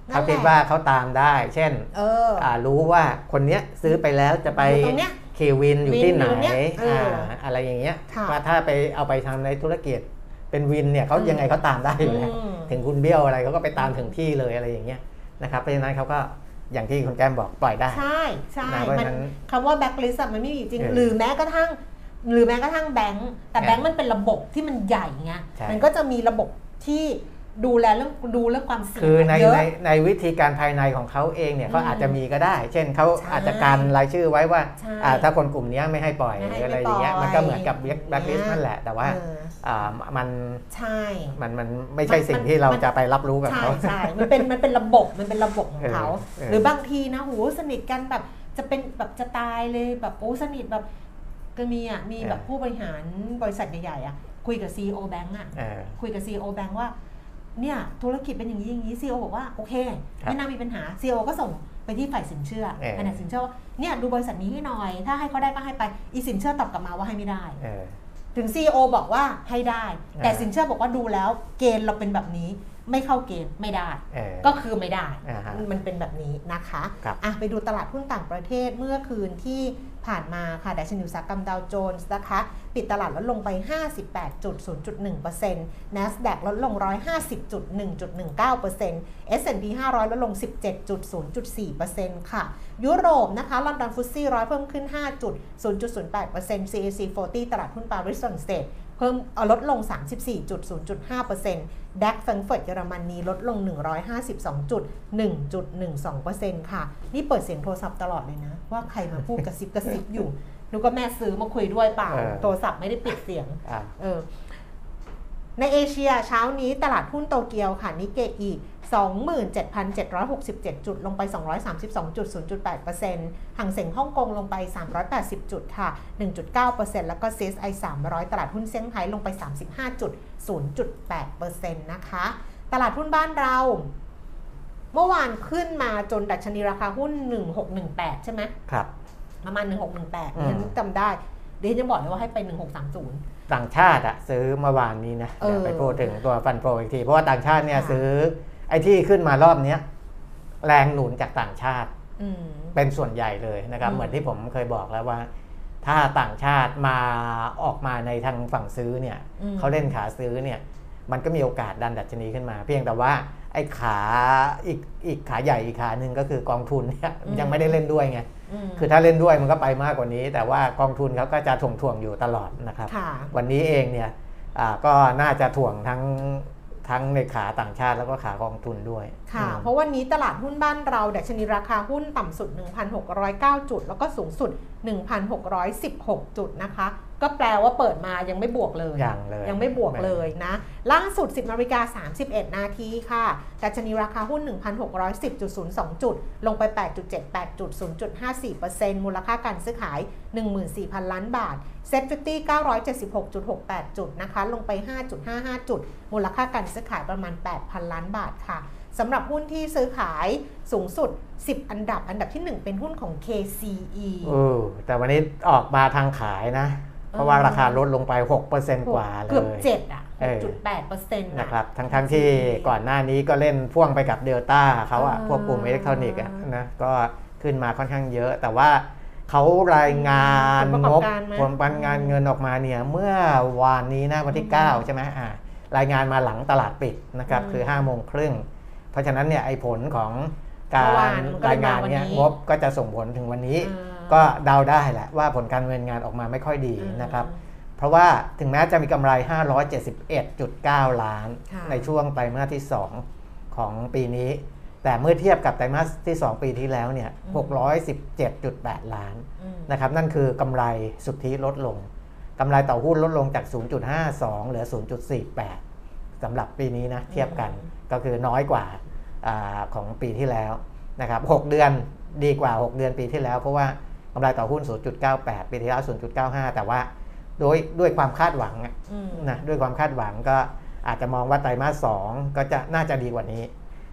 เขาคิดว่าเขาตามได้เช่นเอออ่ารู้ว่าคนเนี้ยซื้อไปแล้วจะไปเควินอยู่ที่ไหน อ, อ่าอะไรอย่างเงี้ยว่าถ้าไปเอาไปทำในธุรกิจเป็นวินเนี่ยเขายังไงเขาตามได้อยู่แล้วถึงคุณเบี้ยวอะไรเขาก็ไปตามถึงที่เลยอะไรอย่างเงี้ยนะครับเพราะฉะนั้นเขาก็อย่างที่คุณแก้มบอกปล่อยได้ใช่ใช่คำว่าแบ็คลิสต์มันไม่มีจริงหรือแม้กระทั่งหรือแม้กระทั่งแบงก์แต่แบงก์มันเป็นระบบที่มันใหญ่ไงมันก็จะมีระบบที่ดูแลเรื่องดูเรื่องความเสี่ยงคือในในในวิธีการภายในของเขาเองเนี่ยเขาอาจจะมีก็ได้เช่นเขาอาจจะการรายชื่อไว้ว่าถ้าคนกลุ่มนี้ไม่ให้ปล่อยหรืออะไรอย่างเงี้ยมันก็เหมือนกับแบ็คลิสต์นั่นแหละแต่ว่ามันใช่มันมันไม่ใช่สิ่งที่เราจะไปรับรู้กับเขาใช่มันเป็นมันเป็นระบบมันเป็นระบบของเขาหรือบางทีนะโหสนิทกันแบบจะเป็นแบบจะตายเลยแบบโอ้สนิทแบบก็มีอ่ะมีแบบผู้บริหารบริษัทใหญ่ๆอ่ะคุยกับ ซี อี โอ แบงก์อ่ะคุยกับ ซี อี โอ แบงก์ว่าเนี่ยธุรกิจเป็นอย่างนี้อย่างนี้ ซี อี โอ บอกว่าโอเคไม่น่ามีปัญหา ซี อี โอ ก็ส่งไปที่ฝ่ายสินเชื่อแผนกสินเชื่อว่าเนี่ยดูบริษัทนี้ให้หน่อยถ้าให้เขาได้ก็ให้ไปอีสินเชื่อตอบกลับมาว่าให้ไม่ได้ถึง ซี อี โอ บอกว่าให้ได้แต่สินเชื่อบอกว่าดูแล้วเกณฑ์เราเป็นแบบนี้ไม่เข้าเกณฑ์ไม่ได้ก็คือไม่ได้มันเป็นแบบนี้นะคะอ่ะไปดูตลาดหุ้นต่างประเทศเมื่อคืนที่ผ่านมาค่ะดัชนีอุตสาหกรรมดาวโจนส์นะคะปิดตลาดลดลงไป ห้าสิบแปดจุดศูนย์จุดหนึ่งเปอร์เซ็นต์ NASDAQ ลดลง หนึ่งร้อยห้าสิบจุดหนึ่งจุดหนึ่งเก้าเปอร์เซ็นต์ เอส แอนด์ พี ห้าร้อยลดลง สิบเจ็ดจุดศูนย์จุดสี่เปอร์เซ็นต์ ค่ะยุโรปนะคะลอนดอนฟุตซี่ร้อยเพิ่มขึ้น ห้าจุดศูนย์จุดศูนย์แปดเปอร์เซ็นต์ ซี เอ ซี สี่สิบ ตลาดหุ้นปารีสฝรั่งเศสเพิ่มลดลง สามสิบสี่จุดศูนย์จุดห้าเปอร์เซ็นต์ ดัค แฟรงก์เฟิร์ตเยอรมนีลดลง หนึ่งร้อยห้าสิบสองจุดหนึ่งจุดหนึ่งสองเปอร์เซ็นต์ ค่ะนี่เปิดเสียงโทรศัพท์ตลอดเลยนะว่าใครมาพูดกระซิบกระซิบอยู่นึกว่าแม่ซื้อมาคุยด้วยเปล่าโทรศัพท์ไม่ได้ปิดเสียงเออในเอเชียเช้านี้ตลาดหุ้นโตเกียวค่ะนิเกอิ สองหมื่นเจ็ดพันเจ็ดร้อยหกสิบเจ็ด จุดลงไป สองร้อยสามสิบสองจุดศูนย์จุดแปดเปอร์เซ็นต์ หังเส็งฮ่องกงลงไปสามร้อยแปดสิบจุดค่ะ หนึ่งจุดเก้าเปอร์เซ็นต์ แล้วก็ ซี เอส ไอ สามร้อยตลาดหุ้นเซี่ยงไฮ้ลงไป สามสิบห้าจุดศูนย์จุดแปดเปอร์เซ็นต์ นะคะตลาดหุ้นบ้านเราเมื่อวานขึ้นมาจนดัชนีราคาหุ้นหนึ่งพันหกร้อยสิบแปดใช่ไหมครับประมาณหนึ่งพันหกร้อยสิบแปดฉันจำได้เดี๋ยวจะบอกเลยว่าให้ไปหนึ่งพันหกร้อยสามสิบต่างชาติอะซื้อเมื่อวานนี้นะไปพูดถึงตัวฟันโปรอีกทีเพราะว่าต่างชาติเนี่ยซื้อไอ้ที่ขึ้นมารอบนี้แรงหนุนจากต่างชาติเป็นส่วนใหญ่เลยนะครับเหมือนที่ผมเคยบอกแล้วว่าถ้าต่างชาติมาออกมาในทางฝั่งซื้อเนี่ยเขาเล่นขาซื้อเนี่ยมันก็มีโอกาสดันดัชนีขึ้นมาเพียงแต่ว่าไอ้ขาอีกอีกขาใหญ่อีกขาหนึ่งก็คือกองทุนเนี่ยยังไม่ได้เล่นด้วยไงคือถ้าเล่นด้วยมันก็ไปมากกว่านี้แต่ว่ากองทุนเขาก็จะถ่วงถ่วงอยู่ตลอดนะครับวันนี้เองเนี่ยก็น่าจะถ่วงทั้งทั้งในขาต่างชาติแล้วก็ขากองทุนด้วยค่ะเพราะวันนี้ตลาดหุ้นบ้านเราดัชนีราคาหุ้นต่ำสุด หนึ่งพันหกร้อยเก้า จุดแล้วก็สูงสุด หนึ่งพันหกร้อยสิบหก จุดนะคะก็แปลว่าเปิดมายังไม่บวกเลยยังเลยยังไม่บวกเลยนะล่าสุด สิบนาฬิกาสามสิบเอ็ดนาทีค่ะดัชนีราคาหุ้น หนึ่งพันหกร้อยสิบจุดศูนย์สอง จุดลงไป แปดจุดเจ็ดแปด จุด ศูนย์จุดห้าสี่เปอร์เซ็นต์ มูลค่าการซื้อขาย หนึ่งหมื่นสี่พัน ล้านบาท เซ็ต ห้าสิบ เก้าร้อยเจ็ดสิบหกจุดหกแปด จุดนะคะลงไป ห้าจุดห้าห้า จุดมูลค่าการซื้อขายประมาณ แปดพัน ล้านบาทค่ะสำหรับหุ้นที่ซื้อขายสูงสุดสิบอันดับอันดับที่หนึ่งเป็นหุ้นของ เค ซี อีเออแต่วันนี้ออกมาทางขายนะเพราะว่าราคาลดลงไป หกเปอร์เซ็นต์ กว่าเลยเกือบเจ็ดอ่ะ หกจุดแปดเปอร์เซ็นต์นะครับทั้งๆที่ก่อนหน้านี้ก็เล่นพ่วงไปกับเดลต้าเขาอ่ะพวกกลุ่มอิเล็กทรอนิกส์อ่ะนะก็ขึ้นมาค่อนข้างเยอะแต่ว่าเขารายงานงบผลประกอบการเงินออกมาเนี่ยเมื่อวานนี้นะวันที่เก้าใช่ไหมอ่ารายงานมาหลังตลาดปิดนะครับคือห้าโมงครึ่งเพราะฉะนั้นเนี่ยไอ้ผลของการรายงานเนี่ยงบก็จะส่งผลถึงวันนี้ก็เดาได้แหละว่าผลการดำเนินงานออกมาไม่ค่อยดีนะครับเพราะว่าถึงแม้จะมีกำไร ห้าร้อยเจ็ดสิบเอ็ดจุดเก้า ล้านในช่วงไตรมาสที่สองของปีนี้แต่เมื่อเทียบกับไตรมาสที่สองปีที่แล้วเนี่ยหกร้อยสิบเจ็ดจุดแปด ล้านนะครับนั่นคือกำไรสุทธิลดลงกำไรต่อหุ้นลดลงจาก ศูนย์จุดห้าสอง เหลือ ศูนย์จุดสี่แปด สำหรับปีนี้นะเทียบกันก็คือน้อยกว่าของปีที่แล้วนะครับหกเดือนดีกว่าหกเดือนปีที่แล้วเพราะว่ากำไรต่อหุ้น ศูนย์จุดเก้าแปด ปีที่แล้ว ศูนย์จุดเก้าห้า แต่ว่าโดยด้วยความคาดหวังนะด้วยความคาดหวังก็อาจจะมองว่าไตรมาสสองก็จะน่าจะดีกว่านี้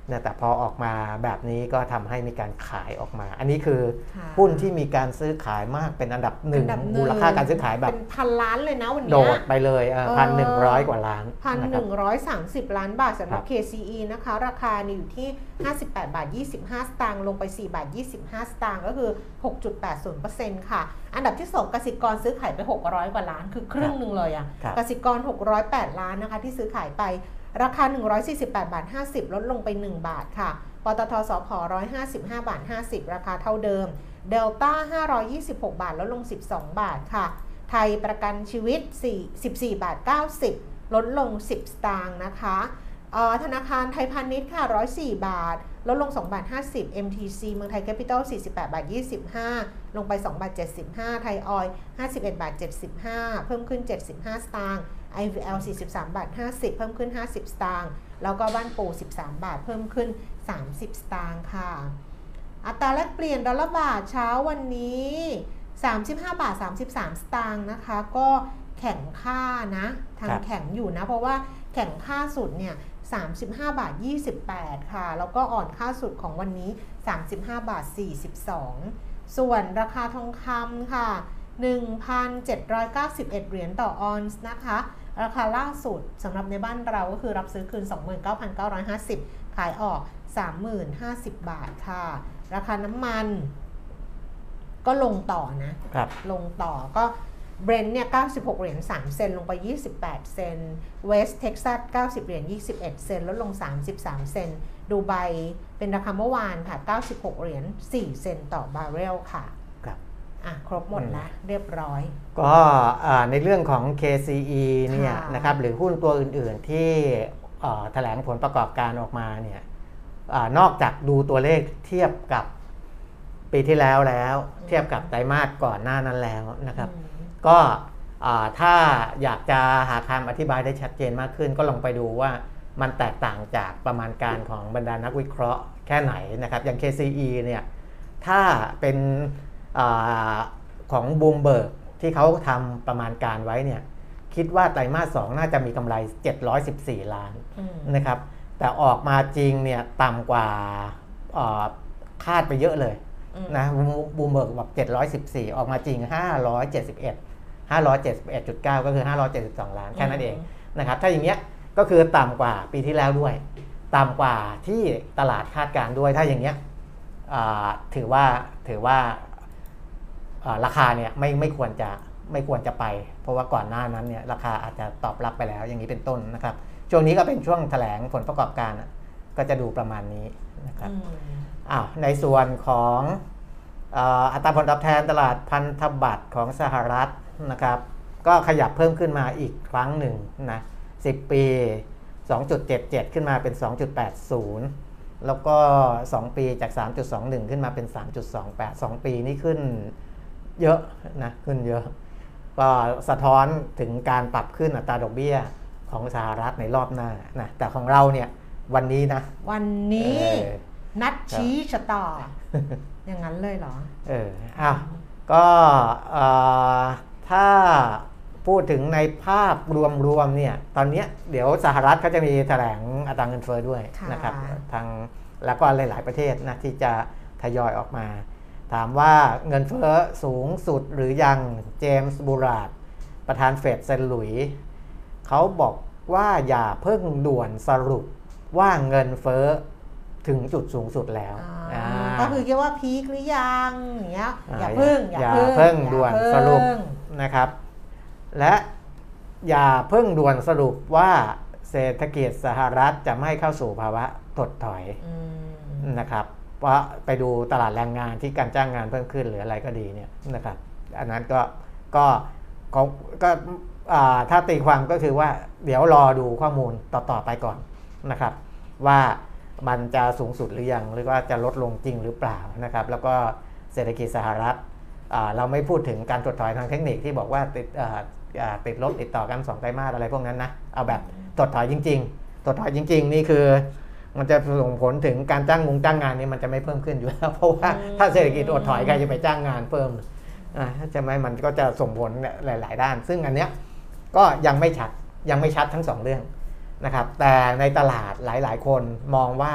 นะแต่พอออกมาแบบนี้ก็ทำให้มีการขายออกมาอันนี้คือหุ้นที่มีการซื้อขายมากเป็นอันดับหนึ่งมูลค่าการซื้อขายแบบเป็นพันล้านเลยนะวันนี้โดดไปเลยพันหนึ่งร้อยกว่าล้านพันหนึ่งร้อยสามสิบล้านบาทสำหรับ เค ซี อี นะคะราคาอยู่ที่ห้าสิบแปดบาทยี่สิบห้าสตางค์ลงไปสี่บาทยี่สิบห้าสตางค์ก็คือ หกจุดแปดศูนย์เปอร์เซ็นต์ ค่ะอันดับที่สองกสิกรซื้อขายไปหกร้อยกว่าล้านคือครึ่งนึงเลยอ่ะกสิกรหกร้อยแปดล้านนะคะที่ซื้อขายไปราคาหนึ่งร้อยสี่สิบแปดบาทห้าสิบลดลงไปหนึ่งบาทค่ะปตท.สผ.หนึ่งร้อยห้าสิบห้าบาทห้าสิบราคาเท่าเดิมเดลต้าห้าร้อยยี่สิบหกบาทลดลงสิบสองบาทค่ะไทยประกันชีวิตสิบสี่บาทเก้าสิบลดลงสิบสตางค์นะคะธนาคารไทยพาณิชย์ค่ะหนึ่งร้อยสี่บาทลดลงสองบาทห้าสิบ เอ็ม ที ซี เมืองไทยแคปิตอลสี่สิบแปดบาทยี่สิบห้าลงไปสองบาทเจ็ดสิบห้าไทยออยล์ห้าสิบเอ็ดบาทเจ็ดสิบห้าเพิ่มขึ้นเจ็ดสิบห้าสตางค์ ไอ วี แอล สี่สิบสามบาทห้าสิบเพิ่มขึ้นห้าสิบสตางค์แล้วก็บ้านปูสิบสามบาทเพิ่มขึ้นสามสิบสตางค์ค่ะอัตราแลกเปลี่ยนดอลลาร์บาทเช้าวันนี้สามสิบห้าบาทสามสิบสามสตางค์นะคะก็แข็งค่านะทางแข็งอยู่นะเพราะว่าแข็งค่าสุดเนี่ยสามสิบห้าบาทยี่สิบแปดค่ะแล้วก็อ่อนค่าสุดของวันนี้สามสิบห้าบาทสี่สิบสองส่วนราคาทองคำค่ะ หนึ่งพันเจ็ดร้อยเก้าสิบเอ็ด เหรียญต่อออนซ์นะคะราคาล่าสุดสำหรับในบ้านเราก็คือรับซื้อคืน สองหมื่นเก้าพันเก้าร้อยห้าสิบ ขายออก สามหมื่นห้าสิบ บาทค่ะราคาน้ำมันก็ลงต่อนะครับลงต่อก็เบรนท์เนี่ยเก้าสิบหกเหรียญสามเซนลงไปยี่สิบแปดเซนเวสต์เท็กซัสเก้าสิบเหรียญยี่สิบเอ็ดเซนลดลงสามสิบสามเซนดูไบเป็นราคาเมื่อวานค่ะเก้าสิบหกเหรียญสี่เซนต่อบาร์เรลค่ะครับอ่ะครบหมดแล้วเรียบร้อยก็ในเรื่องของ เค ซี อี เนี่ยนะครับหรือหุ้นตัวอื่นๆที่แถลงผลประกอบการออกมาเนี่ยนอกจากดูตัวเลขเทียบกับปีที่แล้วแล้วเทียบกับไตรมาสก่อนหน้านั้นแล้วนะครับก็ถ้าอยากจะหาคำอธิบายได้ชัดเจนมากขึ้นก็ลองไปดูว่ามันแตกต่างจากประมาณการของบรรดานักวิเคราะห์แค่ไหนนะครับอย่าง เค ซี อี เนี่ยถ้าเป็นอของบูมเบิร์กที่เขาทำประมาณการไว้เนี่ยคิดว่าไตรมาสสองน่าจะมีกำไรเจ็ดร้อยสิบสี่ล้านนะครับแต่ออกมาจริงเนี่ยต่ำกว่าคาดไปเยอะเลยนะบูมเบิร์กแบบเจ็ดร้อยสิบสี่ออกมาจริงห้าร้อยเจ็ดสิบเอ็ด ห้าร้อยเจ็ดสิบเอ็ดจุดเก้า ก็คือห้าร้อยเจ็ดสิบสองล้านแค่นั้นเองนะครับถ้าอย่างเงี้ยก็คือต่ำกว่าปีที่แล้วด้วยต่ำกว่าที่ตลาดคาดการด้วยถ้าอย่างเงี้ยถือว่าถือว่าราคาเนี่ยไม่ไม่ควรจะไม่ควรจะไปเพราะว่าก่อนหน้านั้นเนี่ยราคาอาจจะตอบรับไปแล้วอย่างนี้เป็นต้นนะครับช่วงนี้ก็เป็นช่วงแถลงผลประกอบการก็จะดูประมาณนี้นะครับอ้าวในส่วนของอัตราผลตอบแทนตลาดพันธบัตรของสหรัฐนะครับก็ขยับเพิ่มขึ้นมาอีกครั้งหนึ่งนะสิบปี สองจุดเจ็ดเจ็ด ขึ้นมาเป็น สองจุดแปดศูนย์ แล้วก็สองปีจาก สามจุดสองหนึ่ง ขึ้นมาเป็น สามจุดสองแปด สองปีนี่ขึ้นเยอะนะขึ้นเยอะก็สะท้อนถึงการปรับขึ้นอัตราดอกเบี้ยของสหรัฐในรอบหน้านะแต่ของเราเนี่ยวันนี้นะวันนี้นัดชี้ชะตาอย่างนั้นเลยเหรอเอออ้าวก็ถ้าพูดถึงในภาพรวมๆเนี่ยตอนนี้เดี๋ยวสหรัฐเขาจะมีแถลงอัตราเงินเฟ้อด้วยนะครับทางแล้วก็หลายๆประเทศนะที่จะทยอยออกมาถามว่าเงินเฟ้อสูงสุดหรือยังเจมส์บูราดประธานเฟดเซนต์หลุยส์เขาบอกว่าอย่าเพิ่งด่วนสรุปว่าเงินเฟ้อถึงจุดสูงสุดแล้วก็คือคิดว่าพีคหรือยังอย่างเงี้ยอย่าเพิ่งอย่าเพิ่งด่วนสรุปนะครับและอย่าเพิ่งด่วนสรุปว่าเศรษฐกิจสหรัฐจะไม่เข้าสู่ภาวะถดถอยนะครับเพราะไปดูตลาดแรงงานที่การจ้างงานเพิ่มขึ้นหรืออะไรก็ดีเนี่ยนะครับอันนั้นก็ก็ก็ถ้าตีความก็คือว่าเดี๋ยวรอดูข้อมูลต่อๆไปก่อนนะครับว่ามันจะสูงสุดหรือยังหรือว่าจะลดลงจริงหรือเปล่านะครับแล้วก็เศรษฐกิจสหรัฐเราไม่พูดถึงการถดถอยทางเทคนิคที่บอกว่าติดติดลบติดต่อกันสองไตรมาสอะไรพวกนั้นนะเอาแบบถดถอยจริงๆถดถอยจริงๆนี่คือมันจะส่งผลถึงการจ้างงงจ้างงานนี่มันจะไม่เพิ่มขึ้นอยู่แล้วเพราะว่าถ้าเศรษฐกิจถดถอยใครจะไปจ้างงานเพิ่มใช่ไหมมันก็จะส่งผลหลายๆด้านซึ่งอันเนี้ยก็ยังไม่ชัดยังไม่ชัดทั้งสองเรื่องนะครับแต่ในตลาดหลายๆคนมองว่า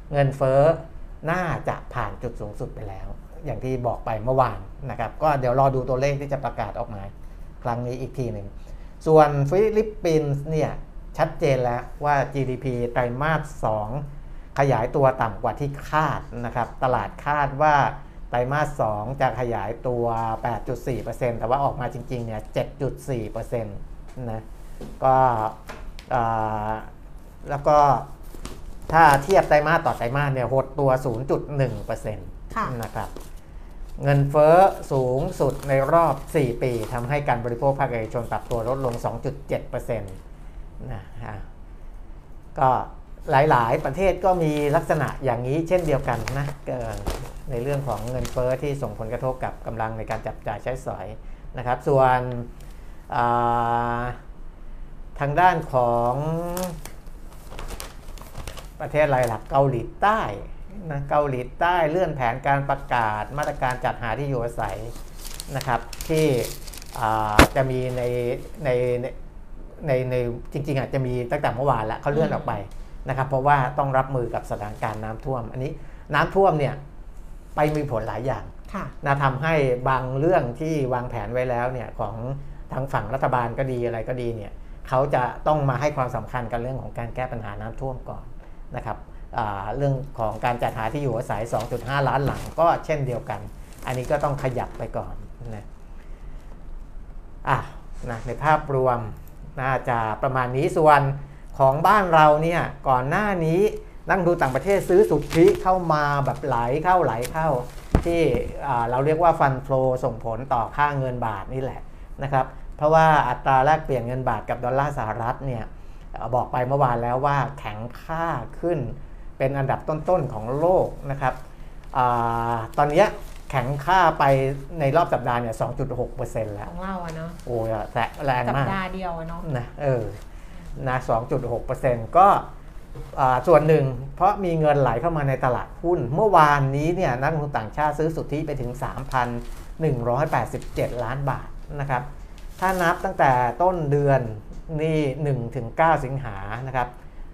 เงินเฟ้อน่าจะผ่านจุดสูงสุดไปแล้วอย่างที่บอกไปเมื่อวานนะครับก็เดี๋ยวรอดูตัวเลขที่จะประกาศออกมาครั้งนี้อีกทีหนึ่งส่วนฟิลิปปินส์เนี่ยชัดเจนแล้วว่า จี ดี พี ไตรมาสสองขยายตัวต่ำกว่าที่คาดนะครับตลาดคาดว่าไตรมาสสองจะขยายตัว แปดจุดสี่เปอร์เซ็นต์ แต่ว่าออกมาจริงๆเนี่ย เจ็ดจุดสี่เปอร์เซ็นต์ นะก็แล้วก็ถ้าเทียบไตรมาสต่อไตรมาสเนี่ยหดตัว ศูนย์จุดหนึ่งเปอร์เซ็นต์ นะครับเงินเฟ้อสูงสุดในรอบสี่ปีทำให้การบริโภคภาคเอกชนปรับตัวลดลง สองจุดเจ็ดเปอร์เซ็นต์ นะฮะก็หลายๆประเทศก็มีลักษณะอย่างนี้เช่นเดียวกันนะในเรื่องของเงินเฟ้อที่ส่งผลกระทบกับกำลังในการจับจ่ายใช้สอยนะครับส่วนทางด้านของประเทศอะไรล่ะเกาหลีใต้นะเกาหลีใต้เลื่อนแผนการประกาศมาตรการจัดหาที่อยู่อาศัยนะครับที่จะมีในในในในจริงๆอาจจะมีตั้งแต่เมื่อวานแล้วเขาเลื่อนออกไปนะครับเพราะว่าต้องรับมือกับสถานการณ์น้ำท่วมอันนี้น้ำท่วมเนี่ยไปมีผลหลายอย่างนะทำให้บางเรื่องที่วางแผนไว้แล้วเนี่ยของทางฝั่งรัฐบาลก็ดีอะไรก็ดีเนี่ยเขาจะต้องมาให้ความสำคัญกับเรื่องของการแก้ปัญหาน้ำท่วมก่อนนะครับเรื่องของการจัดหาที่อยู่อาศัย สองจุดห้า ล้านหลังก็เช่นเดียวกันอันนี้ก็ต้องขยับไปก่อนนะอ่ะนะในภาพรวมน่าจะประมาณนี้ส่วนของบ้านเราเนี่ยก่อนหน้านี้นักลงทุนต่างประเทศซื้อสุทธิเข้ามาแบบไหลเข้าไหลเข้าที่เราเรียกว่าฟันโฟลส่งผลต่อค่าเงินบาทนี่แหละนะครับเพราะว่าอัตราแลกเปลี่ยนเงินบาทกับดอลลาร์สหรัฐเนี่ยบอกไปเมื่อวานแล้วว่าแข็งค่าขึ้นเป็นอันดับต้นๆของโลกนะครับอตอนนี้แข็งค่าไปในรอบสัปดาห์เนี่ย สองจุดหกเปอร์เซ็นต์ แล้วของเราอะเนาะโอ้ยแตะแรงมากสัปดาห์เดียวอะเนาะนะเออนะ สองจุดหกเปอร์เซ็นต์ ก็ส่วนหนึ่งเพราะมีเงินไหลเข้ามาในตลาดหุ้นเมื่อวานนี้เนี่ยนักลงทุนต่างชาติซื้อสุทธิไปถึง สามพันหนึ่งร้อยแปดสิบเจ็ด ล้านบาทนะครับถ้านับตั้งแต่ต้นเดือนนี่ หนึ่งถึงเก้า สิงหานะครับ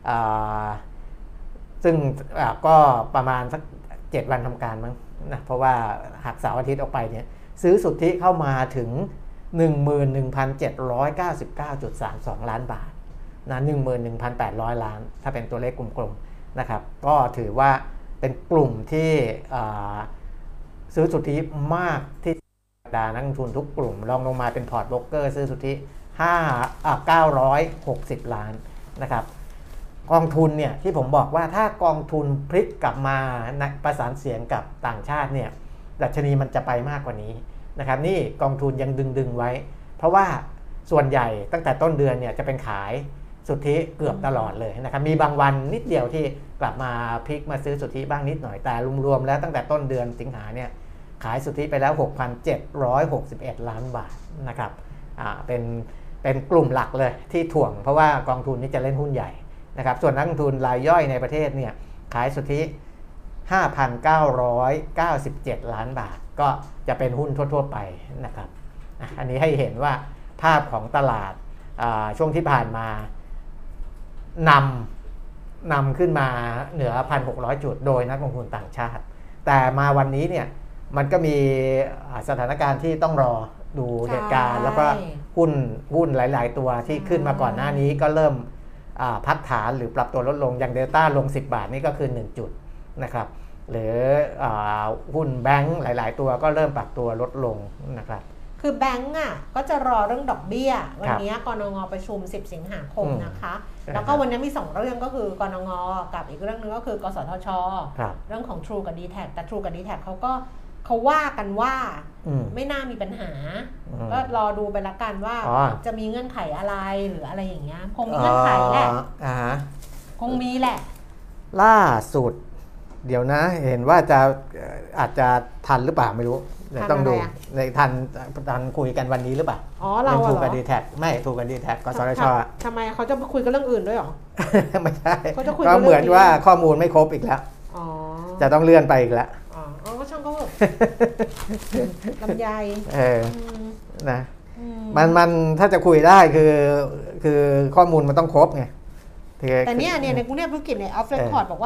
ซึ่งก็ประมาณสักเจ็ดวันทำการมั้งนะเพราะว่าหักเสาร์อาทิตย์ออกไปเนี่ยซื้อสุทธิเข้ามาถึง หนึ่งหมื่นหนึ่งพันเจ็ดร้อยเก้าสิบเก้าจุดสามสอง ล้านบาทนะ หนึ่งหมื่นหนึ่งพันแปดร้อย ล้านถ้าเป็นตัวเลขกลมๆนะครับก็ถือว่าเป็นกลุ่มที่ซื้อสุทธิมากที่ดานักลงทุนทุกกลุ่มลองลงมาเป็นพอร์ตโบรกเกอร์ซื้อสุทธิเก้าร้อยหกสิบล้านนะครับกองทุนเนี่ยที่ผมบอกว่าถ้ากองทุนพลิกกลับมาประสานเสียงกับต่างชาติเนี่ยดัชนีมันจะไปมากกว่านี้นะครับนี่กองทุนยังดึงๆไว้เพราะว่าส่วนใหญ่ตั้งแต่ต้นเดือนเนี่ยจะเป็นขายสุทธิเกือบตลอดเลยนะครับมีบางวันนิดเดียวที่กลับมาพลิกมาซื้อสุทธิบ้างนิดหน่อยแต่รวมๆแล้วตั้งแต่ต้นเดือนสิงหาเนี่ยขายสุทธิไปแล้ว หกพันเจ็ดร้อยหกสิบเอ็ด ล้านบาทนะครับอ่าเป็นเป็นกลุ่มหลักเลยที่ถ่วงเพราะว่ากองทุนนี้จะเล่นหุ้นใหญ่นะครับส่วนนักลงทุนรายย่อยในประเทศเนี่ยขายสุทธิ ห้าพันเก้าร้อยเก้าสิบเจ็ด ล้านบาทก็จะเป็นหุ้นทั่วๆไปนะครับอันนี้ให้เห็นว่าภาพของตลาดช่วงที่ผ่านมานำนำขึ้นมาเหนือ หนึ่งพันหกร้อย จุดโดยนักลงทุนต่างชาติแต่มาวันนี้เนี่ยมันก็มีสถานการณ์ที่ต้องรอดูเหตุการณ์แล้วก็หุ้นหุ้นหลายๆตัวที่ขึ้นมาก่อนหน้านี้ก็เริ่มพักฐานหรือปรับตัวลดลงอย่างเดลต้าลงสิบบาทนี่ก็คือหนึ่งจุดนะครับหรือหุ้นแบงก์หลายๆตัวก็เริ่มปรับตัวลดลงนะครับคือแบงก์อ่ะก็จะรอเรื่องดอกเบี้ยวันนี้กนง.ประชุมสิบสิงหาคมนะคะแล้วก็วันนี้มีสองเรื่องก็คือกนง.กับอีกเรื่องนึงก็คือกสทช.เรื่องของ True กับ ดี แท็ก แต่ True กับ ดี แท็ก เขาก็เขาว่ากันว่าไม่น่ามีปัญหาก็รอดูไปละกันว่าจะมีเงื่อนไขอะไรหรืออะไรอย่างเงี้ยคงมีเงื่อนไขแหละคงมีแหละล่าสุดเดี๋ยวนะเห็นว่าจะอาจจะทันหรือเปล่าไม่รู้เดี๋ยวต้องดูในทันทันคุยกันวันนี้หรือเปล่าอ๋อเราเหรอ True กับ ดี แท็ก ไม่ True กับ ดี แท็ก กสทช. ทำไมเขาจะคุยกันเรื่องอื่นด้วยหรอไม่ใช่ก็เหมือนว่าข้อมูลไม่ครบอีกแล้วจะต้องเลื่อนไปอีกแล้วอ๋อก็ช่างก็เถอะลำไยเออนะมันมันถ้าจะคุยได้คือคือข้อมูลมันต้องครบไงแต่เนี่ยเนี่ยในกรุงเทพธุรกิจในออฟเรคคอร์ดบอกว่า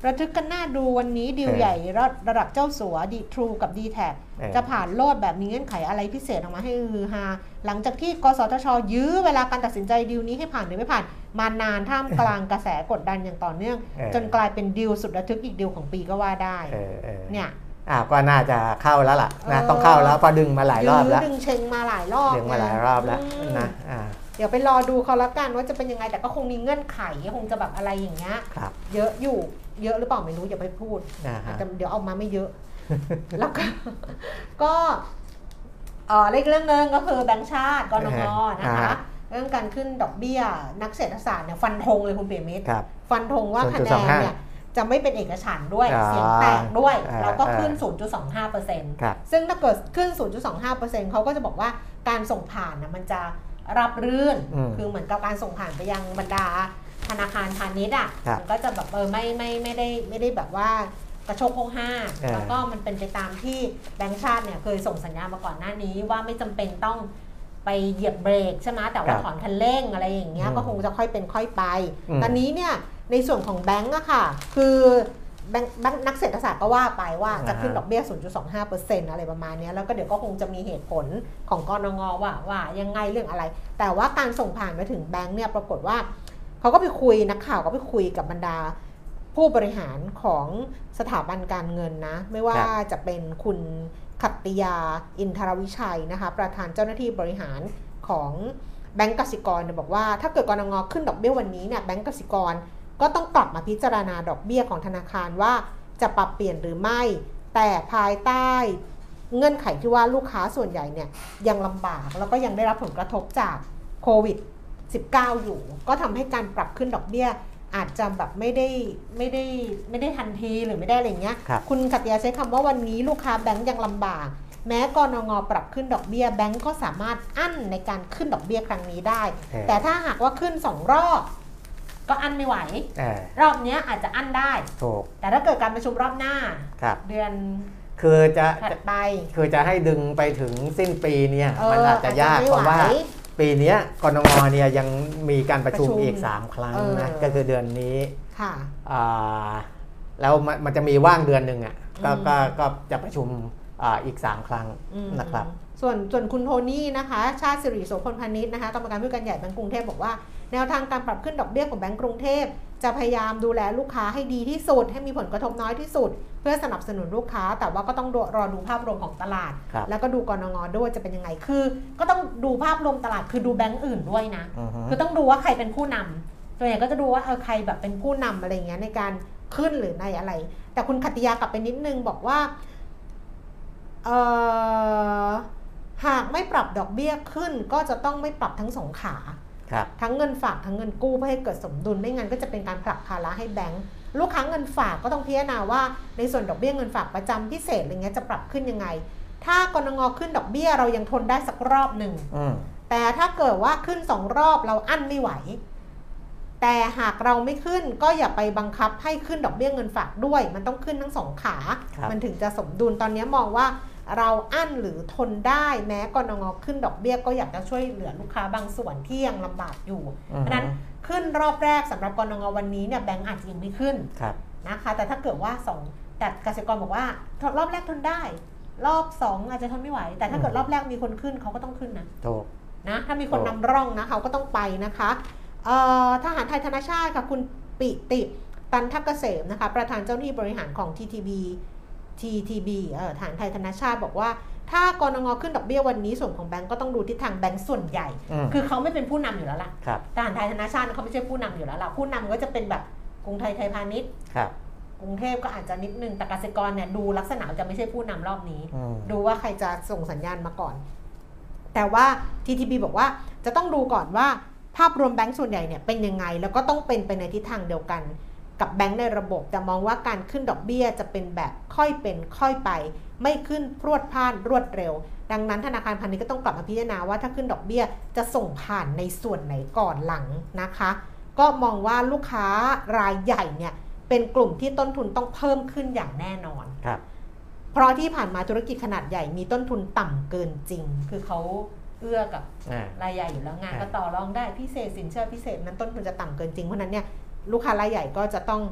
ระทึกกันหน้าดูวันนี้ดีลใหญ่ระดับเจ้าสัวดีทรูกับ ดี แท็ก จะผ่านโลดแบบมีเงื่อนไขอะไรพิเศษออกมาให้ฮือฮาหลังจากที่กสทช.ยื้อเวลาการตัดสินใจดีลนี้ให้ผ่านหรือไม่ผ่านมานานท่ามกลางกระแสกดดันอย่างต่อเนื่องจนกลายเป็นดีลสุดระทึกอีกดีลของปีก็ว่าได้เนี่ยอ่าก็น่าจะเข้าแล้วล่ะนะต้องเข้าแล้วเพราะดึงมาหลายรอบแล้วดึงเชงมาหลายรอบดึงมาหลายรอบแล้วนะอ่าเดี๋ยวไปรอดูเขาแล้วกันว่าจะเป็นยังไงแต่ก็คงมีเงื่อนไขคงจะแบบอะไรอย่างเงี้ยเยอะอยู่เยอะหรือเปล่าไม่รู้อย่าไปพูดแต่เดี๋ยวออกมาไม่เยอะแล้วก็ก็เอ่อเรื่องนึงก็คือแบงก์ชาติกนงนะคะเรื่องการขึ้นดอกเบี้ยนักเศรษฐศาสตร์เนี่ยฟันธงเลยคุณเปียมิตรฟันธงว่าคะแนนเนี่ยจะไม่เป็นเอกฉันท์ด้วยเสียงแตกด้วยแล้วก็ขึ้น ศูนย์จุดสองห้าเปอร์เซ็นต์ ซึ่งถ้าเกิดขึ้น ศูนย์จุดสองห้าเปอร์เซ็นต์ เขาก็จะบอกว่าการส่งผ่านนะมันจะรับรื่นคือเหมือนกับการส่งผ่านไปยังบรรดาธนาคารพาณิชย์อ่ะมันก็จะแบบเออไม่ไม่ไม่ได้ไม่ได้แบบว่ากระโชกโคงห้าแล้วก็มันเป็นไปตามที่แบงก์ชาติเนี่ยเคยส่งสัญญาณมาก่อนหน้านี้ว่าไม่จำเป็นต้องไปเหยียบเบรกใช่ไหมแต่ว่าถอนคันเร่งอะไรอย่างเงี้ยก็คงจะค่อยเป็นค่อยไปตอนนี้เนี่ยในส่วนของแบงก์อะค่ะคือแบงก์นักเศรษฐศาสตร์ก็ว่าไปว่าจะขึ้นดอกเบี้ย ศูนย์จุดสองห้าเปอร์เซ็นต์ อะไรประมาณนี้แล้วก็เดี๋ยวก็คงจะมีเหตุผลของกนงว่าว่ายังไงเรื่องอะไรแต่ว่าการส่งผ่านมาถึงแบงก์เนี่ยปรากฏว่าเขาก็ไปคุยนักข่าวก็ไปคุยกับบรรดาผู้บริหารของสถาบันการเงินนะไม่ว่าจะเป็นคุณขัตติยาอินทรวิชัยนะคะประธานเจ้าหน้าที่บริหารของแบงก์กสิกรเนี่ยบอกว่าถ้าเกิดกนงขึ้นดอกเบี้ยวันนี้เนี่ยแบงก์กสิกรก็ต้องกลับมาพิจารณาดอกเบี้ยของธนาคารว่าจะปรับเปลี่ยนหรือไม่แต่ภายใต้เงื่อนไขที่ว่าลูกค้าส่วนใหญ่เนี่ยยังลำบากแล้วก็ยังได้รับผลกระทบจากโควิด สิบเก้า อยู่ก็ทำให้การปรับขึ้นดอกเบี้ยอาจจะแบบไม่ได้ไม่ได้ไม่ได้ทันทีหรือไม่ได้อะไรเงี้ยค, คุณกัตติยาใช้คำว่าวันนี้ลูกค้าแบงก์ยังลำบากแม้กนงปรับขึ้นดอกเบี้ยแบงก์ก็สามารถอั้นในการขึ้นดอกเบี้ยครั้งนี้ได้แต่ถ้าหากว่าขึ้นสองรอบก็อั้นไม่ไหวรอบนี้อาจจะอั้นได้แต่ถ้าเกิดการประชุมรอบหน้าเดือนคือจะถัดไปคือจะให้ดึงไปถึงสิ้นปีเนี่ยมันอาจจะยากเพราะว่าปีนี้กนงเนี่ยยังมีการประชุมอีกสามครั้งนะก็คือเดือนนี้ค่ะแล้วมันจะมีว่างเดือนหนึ่งอ่ะก็ก็ก็จะประชุมอีกสามครั้งนะครับส่วนส่วนคุณโทนี่นะคะชาติสิริโสพลพาณิชย์นะคะกรรมการผู้การใหญ่แบงก์กรุงเทพบอกว่าแนวทางการปรับขึ้นดอกเบี้ยของแบงก์กรุงเทพจะพยายามดูแลลูกค้าให้ดีที่สุดให้มีผลกระทบน้อยที่สุดเพื่อสนับสนุนลูกค้าแต่ว่าก็ต้องรอดูภาพรวมของตลาดแล้วก็ดูกนงด้วยจะเป็นยังไงคือก็ต้องดูภาพรวมตลาดคือดูแบงก์อื่นด้วยนะ uh-huh. คือต้องดูว่าใครเป็นผู้นำส่วนใหญ่ก็จะดูว่าเออใครแบบเป็นผู้นำอะไรเงี้ยในการขึ้นหรือในอะไรแต่คุณขัตติยากลับไปนิดนึงบอกว่าเอ่อหากไม่ปรับดอกเบี้ยขึ้นก็จะต้องไม่ปรับทั้งสองขาทั้งเงินฝากทั้งเงินกู้เพื่อให้เกิดสมดุลไม่งั้นก็จะเป็นการผลักภาระให้แบงก์ลูกค้าเงินฝากก็ต้องพิจารณาว่าในส่วนดอกเบี้ยเงินฝากประจำพิเศษอะไรเงี้ยจะปรับขึ้นยังไงถ้ากนงขึ้นดอกเบี้ยเรายังทนได้สักรอบหนึ่งแต่ถ้าเกิดว่าขึ้นสองรอบเราอั้นไม่ไหวแต่หากเราไม่ขึ้นก็อย่าไปบังคับให้ขึ้นดอกเบี้ยเงินฝากด้วยมันต้องขึ้นทั้งสองขามันถึงจะสมดุลตอนนี้มองว่าเราอั้นหรือทนได้แม้กนงขึ้นดอกเบี้ยก็อยากจะช่วยเหลือลูกค้าบางส่วนที่ยังลำบากอยู่เพราะนั้นขึ้นรอบแรกสำหรับกนงวันนี้เนี่ยแบงก์อาจจะยังไม่ขึ้นนะคะแต่ถ้าเกิดว่าสองแต่เกษตรกรบอกว่ารอบแรกทนได้รอบสองอาจจะทนไม่ไหวแต่ถ้าเกิดรอบแรกมีคนขึ้นเขาก็ต้องขึ้นนะนะถ้ามีคนนำร่องนะเขาก็ต้องไปนะคะทหารไทยธนชาติค่ะคุณปิติตันทเกษมนะคะประธานเจ้าหน้าที่บริหารของ ที ที บี ที ที บี เอ่อทหารไทยธนชาติบอกว่าถ้ากนงขึ้นดอกเบี้ยวันนี้ส่วนของแบงก์ก็ต้องดูทิศทางแบงก์ส่วนใหญ่คือเขาไม่เป็นผู้นำอยู่แล้วล่ะทหารไทยธนชาติเขาไม่ใช่ผู้นำอยู่แล้วล่ะผู้นำก็จะเป็นแบบกรุงไทยไทยพาณิชย์กรุงเทพก็อาจจะนิดนึงแต่เกษตรกรเนี่ยดูลักษณะจะไม่ใช่ผู้นำรอบนี้ดูว่าใครจะส่งสัญญาณมาก่อนแต่ว่า ที ที บี บอกว่าจะต้องดูก่อนว่าภาพรวมแบงก์ส่วนใหญ่เนี่ยเป็นยังไงแล้วก็ต้องเป็นไปในทิศทางเดียวกันกับแบงก์ในระบบแต่มองว่าการขึ้นดอกเบี้ยจะเป็นแบบค่อยเป็นค่อยไปไม่ขึ้นพรวดพล่านรวดเร็วดังนั้นธนาคารพาณิชย์ก็ต้องกลับมาพิจารณาว่าถ้าขึ้นดอกเบี้ยจะส่งผ่านในส่วนไหนก่อนหลังนะคะก็มองว่าลูกค้ารายใหญ่เนี่ยเป็นกลุ่มที่ต้นทุนต้องเพิ่มขึ้นอย่างแน่นอนครับเพราะที่ผ่านมาธุรกิจขนาดใหญ่มีต้นทุนต่ำเกินจริงคือเขาเอื้อกับรายใหญ่อยู่แล้วงานก็ต่อรองได้พิเศษสินเชื่อพิเศษนั้นต้นทุนจะต่ำเกินจริงเพราะนั้นเนี่ยลูกค้ารายใหญ่ก็จะต้อง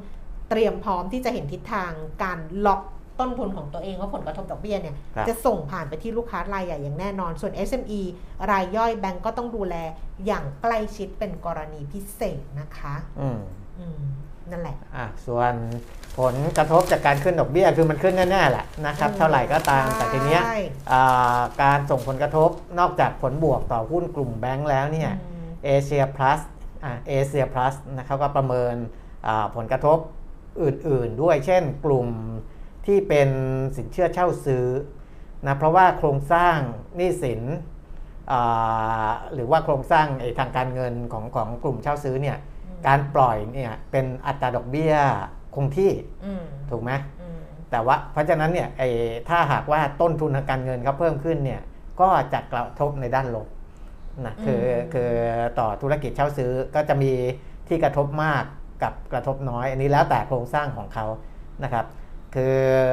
เตรียมพร้อมที่จะเห็นทิศทางการล็อกต้นทุนของตัวเองว่าผลกระทบดอกเบี้ยเนี่ยจะส่งผ่านไปที่ลูกค้ารายใหญ่อย่างแน่นอนส่วน เอส เอ็ม อี รายย่อยแบงก์ก็ต้องดูแลอย่างใกล้ชิดเป็นกรณีพิเศษนะคะอืมอืมนั่นแหละอ่ะส่วนผลกระทบจากการขึ้นดอกเบี้ยคือมันขึ้นแน่ๆแหละนะครับเท่าไหร่ก็ตามแต่ทีเนี้ยการส่งผลกระทบนอกจากผลบวกต่อหุ้นกลุ่มแบงก์แล้วเนี่ยเอเชียพลัสอ่ะเอเชียพลัสนะครับก็ประเมินผลกระทบอื่นๆด้วยเช่นกลุ่มที่เป็นสินเชื่อเช่าซื้อนะเพราะว่าโครงสร้างหนี้สินหรือว่าโครงสร้างทางการเงินของของกลุ่มเช่าซื้อเนี่ยการปล่อยเนี่ยเป็นอัตราดอกเบี้ยคงที่ถูกไหมแต่ว่าเพราะฉะนั้นเนี่ยถ้าหากว่าต้นทุนทางการเงินเขาเพิ่มขึ้นเนี่ยก็จะกระทบในด้านลบนะคือคือต่อธุรกิจเช่าซื้อก็จะมีที่กระทบมากกับกระทบน้อยอันนี้แล้วแต่โครงสร้างของเขานะครับคื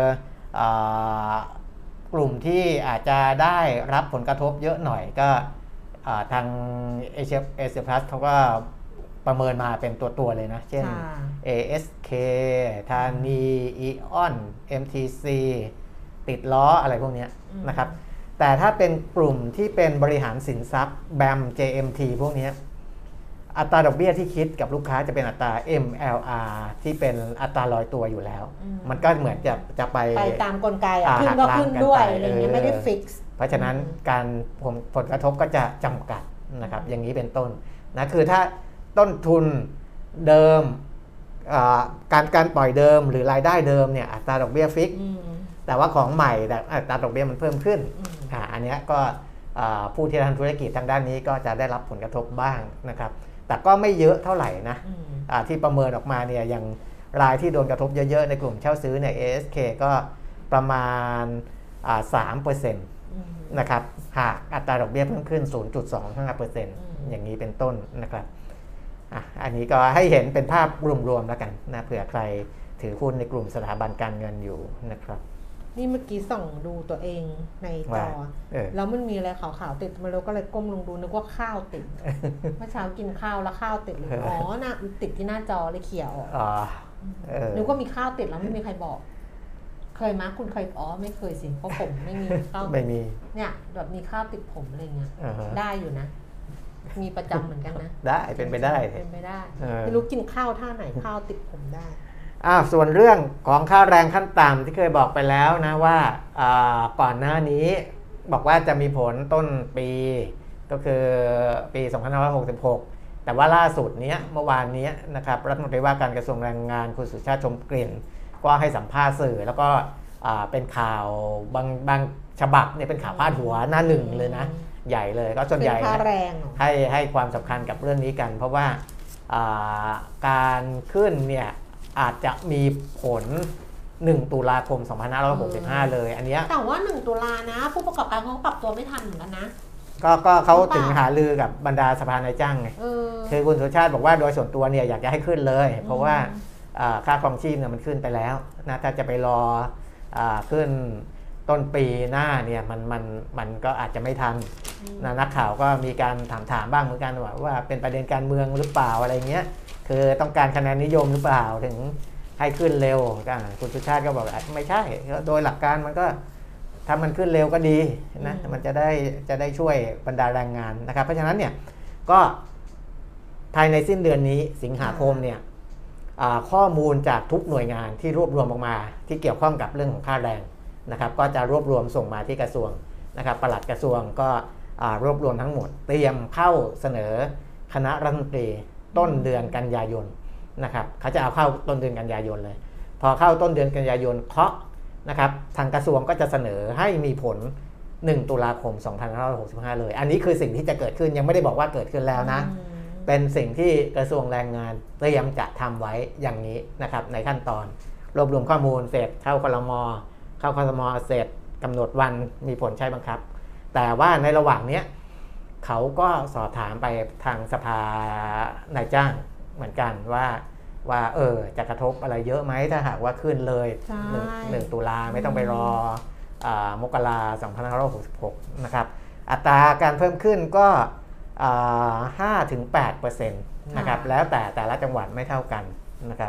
อกลุ่มที่อาจจะได้รับผลกระทบเยอะหน่อยก็ทางเอเชียเอเชียพลัสเขาก็ประเมินมาเป็นตัวตัวเลยนะเช่น เอ เอส เค ธานี อีออน เอ็ม ที ซี ติดล้ออะไรพวกนี้นะครับแต่ถ้าเป็นกลุ่มที่เป็นบริหารสินทรัพย์ แบม เจ เอ็ม ที พวกนี้อัตราดอกเบี้ยที่คิดกับลูกค้าจะเป็นอัตรา เอ็ม แอล อาร์ ที่เป็นอัตราลอยตัวอยู่แล้วมันก็เหมือนจะจะไปไปตามกลไกอ่ะขึ้นก็ขึ้นด้วยอะไรเงี้ยไม่ได้ฟิกซ์เพราะฉะนั้นการผลกระทบก็จะจำกัดนะครับอย่างนี้เป็นต้นนะคือถ้าต้นทุนเดิมการการปล่อยเดิมหรือรายได้เดิมเนี่ยอัตราดอกเบี้ยฟิกแต่ว่าของใหม่แต่อัตราดอกเบี้ยมันเพิ่มขึ้นอ่าอันนี้ก็ผู้ที่ทำธุรกิจทางด้านนี้ก็จะได้รับผลกระทบบ้างนะครับแต่ก็ไม่เยอะเท่าไหร่นะที่ประเมินออกมาเนี่ยอย่างรายที่โดนกระทบเยอะๆในกลุ่มเช่าซื้อเนี่ย เอ เอส เค ก็ประมาณ สามเปอร์เซ็นต์ นะครับหากอัตราดอกเบี้ยเพิ่มขึ้น ศูนย์จุดสองห้าเปอร์เซ็นต์ อย่างนี้เป็นต้นนะครับอ่ะอันนี้ก็ให้เห็นเป็นภาพรวมๆแล้วกันนะเผื่อใครถือหุ้นในกลุ่มสถาบันการเงินอยู่นะครับนี่เมื่อกี้ส่องดูตัวเองในจอแล้วมันมีอะไรขาวๆติดมาแล้วก็เลยก้มลงดูนึกว่าข้าวติดเมื่อเช้ากินข้าวแล้วข้าวติดเลยอ๋อนะติดที่หน้าจอเลยเขียวอ๋อนึกว่ามีข้าวติดแล้วไม่มีใครบอกเคยมั้ยคุณเคยอ๋อไม่เคยสิเพราะผมไม่มีข้าวไม่มีเนี่ยแบบมีข้าวติดผมอะไรเงี้ยได้อยู่นะมีประจำเหมือนกันนะได้เป็นไปได้เป็นไปได้ไม่รู้กินข้าวท่าไหนข้าวติดผมได้อ่าส่วนเรื่องของค่าแรงขั้นต่ำที่เคยบอกไปแล้วนะว่าก่อนหน้านี้บอกว่าจะมีผลต้นปีก็คือปีสองพันห้าร้อยหกสิบหกแต่ว่าล่าสุดเนี้ยเมื่อวานนี้นะครับรัฐมนตรีว่าการกระทรวงแรงงานคุณสุชาติชมกลิ่นก็ให้สัมภาษณ์สื่อแล้วก็เป็นข่าวบางบางฉบับเนี่ยเป็นข่าวพาดหัวหน้าหนึ่งเลยนะใหญ่เลยก็ส่วนใหญ่ให้ให้ความสำคัญกับเรื่องนี้กันเพราะว่าการขึ้นเนี่ยอาจจะมีผลหนึ่งตุลาคมสองพันห้าร้อยหกสิบห้าเลยอันนี้แต่ว่าหนึ่งตุลานะผู้ประกอบการเขาปรับตัวไม่ทันเหมือนกันนะก็ก็เขาถึงหาลือกับบรรดาสภานายจ้างไงคือคุณสุชาติบอกว่าโดยส่วนตัวเนี่ยอยากจะให้ขึ้นเลยเพราะว่าค่าครองชีพเนี่ยมันขึ้นไปแล้วนะถ้าจะไปรอขึ้นต้นปีหน้าเนี่ยมันมันมันก็อาจจะไม่ทันนะนักข่าวก็มีการถามถามบ้างเหมือนกันว่าว่าเป็นประเด็นการเมืองหรือเปล่าอะไรเงี้ยคือต้องการคะแนนนิยมหรือเปล่าถึงให้ขึ้นเร็วคุณสุชาติก็บอกไม่ใช่โดยหลักการมันก็ถ้ามันขึ้นเร็วก็ดีนะมันจะได้จะได้ช่วยบรรดาแรงงานนะครับเพราะฉะนั้นเนี่ยก็ภายในสิ้นเดือนนี้สิงหาคมเนี่ยข้อมูลจากทุกหน่วยงานที่รวบรวมออกมาที่เกี่ยวข้องกับเรื่องของค่าแรงนะครับก็จะรวบรวมส่งมาที่กระทรวงนะครับปลัดกระทรวงก็รวบรวมทั้งหมดเตรียมเข้าเสนอคณะรัฐมนตรีต้นเดือนกันยายนนะครับเขาจะเอาเข้าต้นเดือนกันยายนเลยพอเข้าต้นเดือนกันยายนเคาะนะครับทางกระทรวงก็จะเสนอให้มีผลหนึ่งตุลาคมสองพันห้าร้อยหกสิบห้าเลยอันนี้คือสิ่งที่จะเกิดขึ้นยังไม่ได้บอกว่าเกิดขึ้นแล้วนะเป็นสิ่งที่กระทรวงแรงงานเตรียมจะทำไว้อย่างนี้นะครับในขั้นตอนรวบรวมข้อมูลเสร็จเข้าครม.เข้าครม.เสร็จกำหนดวันมีผลใช้บังคับแต่ว่าในระหว่างนี้เขาก็สอบถามไปทางสภานายจ้างเหมือนกันว่าว่าเออจะกระทบอะไรเยอะไหมถ้าหากว่าขึ้นเลยหนึ่งตุลาไม่ต้องไปรอมกราสองพันห้าร้อยหกสิบหกนะครับอัตราการเพิ่มขึ้นก็ห้าถึงแปดเปอร์เซ็นต์นะครับแล้วแต่แต่ละจังหวัดไม่เท่ากันนะครับ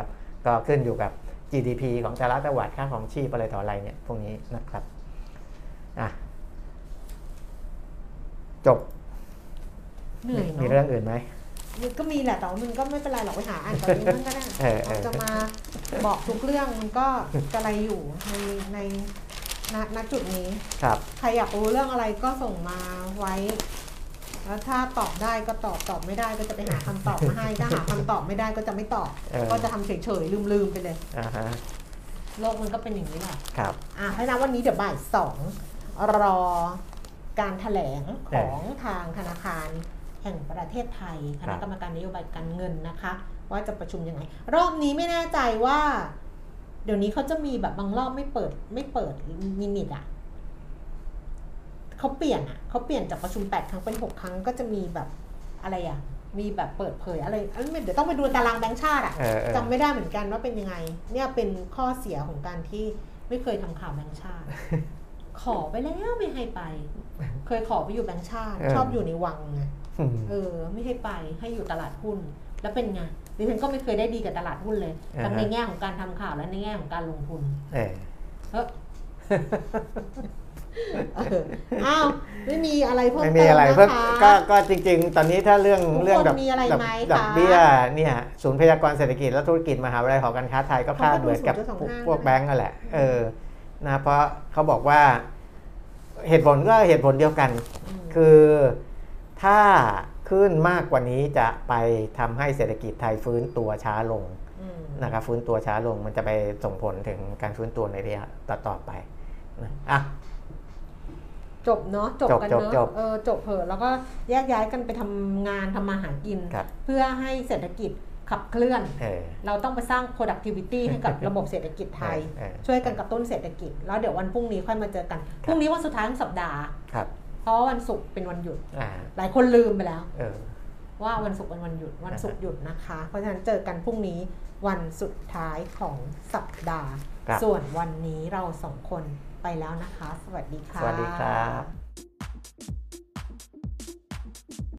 ก็ขึ้นอยู่กับ จี ดี พี ของแต่ละจังหวัดค่าของชีพอะไรต่ออะไรเนี่ยพวกนี้นะครับอ่ะจบเหนื่อยเนาะมีเรื่องอื่นไหมมันก็มีแหละแต่ว่ามันก็ไม่เป็นไรหรอกไปหาอ่านตอนนี้มันก็ได้เราจะมาบอกทุกเรื่องมันก็กระไรอยู่ในในณจุดนี้ครับใครอยากรู้เรื่องอะไรก็ส่งมาไว้แล้วถ้าตอบได้ก็ตอบตอบไม่ได้ก็จะไปหาคำตอบมาให้ถ้าหาคำตอบไม่ได้ก็จะไม่ตอบก็จะทำเฉยๆลืมๆไปเลยโลกมันก็เป็นอย่างนี้แหละครับอ่ะเพราะฉะนั้นวันนี้เดี๋ยวบ่ายสองรอการแถลงของทางธนาคารแห่งประเทศไทยคณะกรรมการนโยบายการเงินนะคะว่าจะประชุมยังไงรอบนี้ไม่แน่ใจว่าเดี๋ยวนี้เขาจะมีแบบบางรอบไม่เปิดไม่เปิดมินิทอ่ะเขาเปลี่ยนอ่ะเขาเปลี่ยนจากประชุมแปดครั้งเป็นหกครั้งก็จะมีแบบอะไรอ่ะมีแบบเปิดเผยอะไรเดี๋ยวต้องไปดูตารางแบงก์ชาติอ่ะจำไม่ได้เหมือนกันว่าเป็นยังไงเนี่ยเป็นข้อเสียของการที่ไม่เคยทำข่าวแบงก์ชาติขอไปแล้วไม่ให้ไปเคยขอไปอยู่แบงก์ชาติชอบอยู่ในวังไงเออไม่ให้ไปให้อยู่ตลาดหุ้นแล้วเป็นไงดิฉันก็ไม่เคยได้ดีกับตลาดหุ้นเลยทั้งในแง่ของการทำข่าวและในแง่ของการลงทุนเอออ้าวไม่มีอะไรเพิ่มเติมนะคะก็ก็จริงๆตอนนี้ถ้าเรื่องเรื่องแบบดอกเบี้ยเนี่ยศูนย์พยากรณ์เศรษฐกิจและธุรกิจมหาวิทยาลัยหอการค้าไทยก็คาดเหมือนกับพวกแบงก์นั่นแหละเออนะเพราะเขาบอกว่าเหตุผลก็เหตุผลเดียวกันคือถ้าขึ้นมากกว่านี้จะไปทำให้เศรษฐกิจไทยฟื้นตัวช้าลงนะครับฟื้นตัวช้าลงมันจะไปส่งผลถึงการฟื้นตัวในระยะต่อๆไปนะอ่ะจบเนาะจบกันเนาะเออจบเถอะแล้วก็แยกย้ายกันไปทำงานทำมาหากินเพื่อให้เศรษฐกิจขับเคลื่อนเออเราต้องไปสร้าง productivity ให้กับระบบเศรษฐกิจไทยช่วยกันกระตุ้นเศรษฐกิจแล้วเดี๋ยววันพรุ่งนี้ค่อยมาเจอกันพรุ่งนี้วันสุดท้ายของสัปดาห์เพราะวันศุกร์เป็นวันหยุดหลายคนลืมไปแล้วว่าวันศุกร์เป็นวันหยุดวันศุกร์หยุดนะคะเพราะฉะนั้นเจอกันพรุ่งนี้วันสุดท้ายของสัปดาห์ส่วนวันนี้เราสองคนไปแล้วนะคะสวัสดีค่ะสวัสดีครับ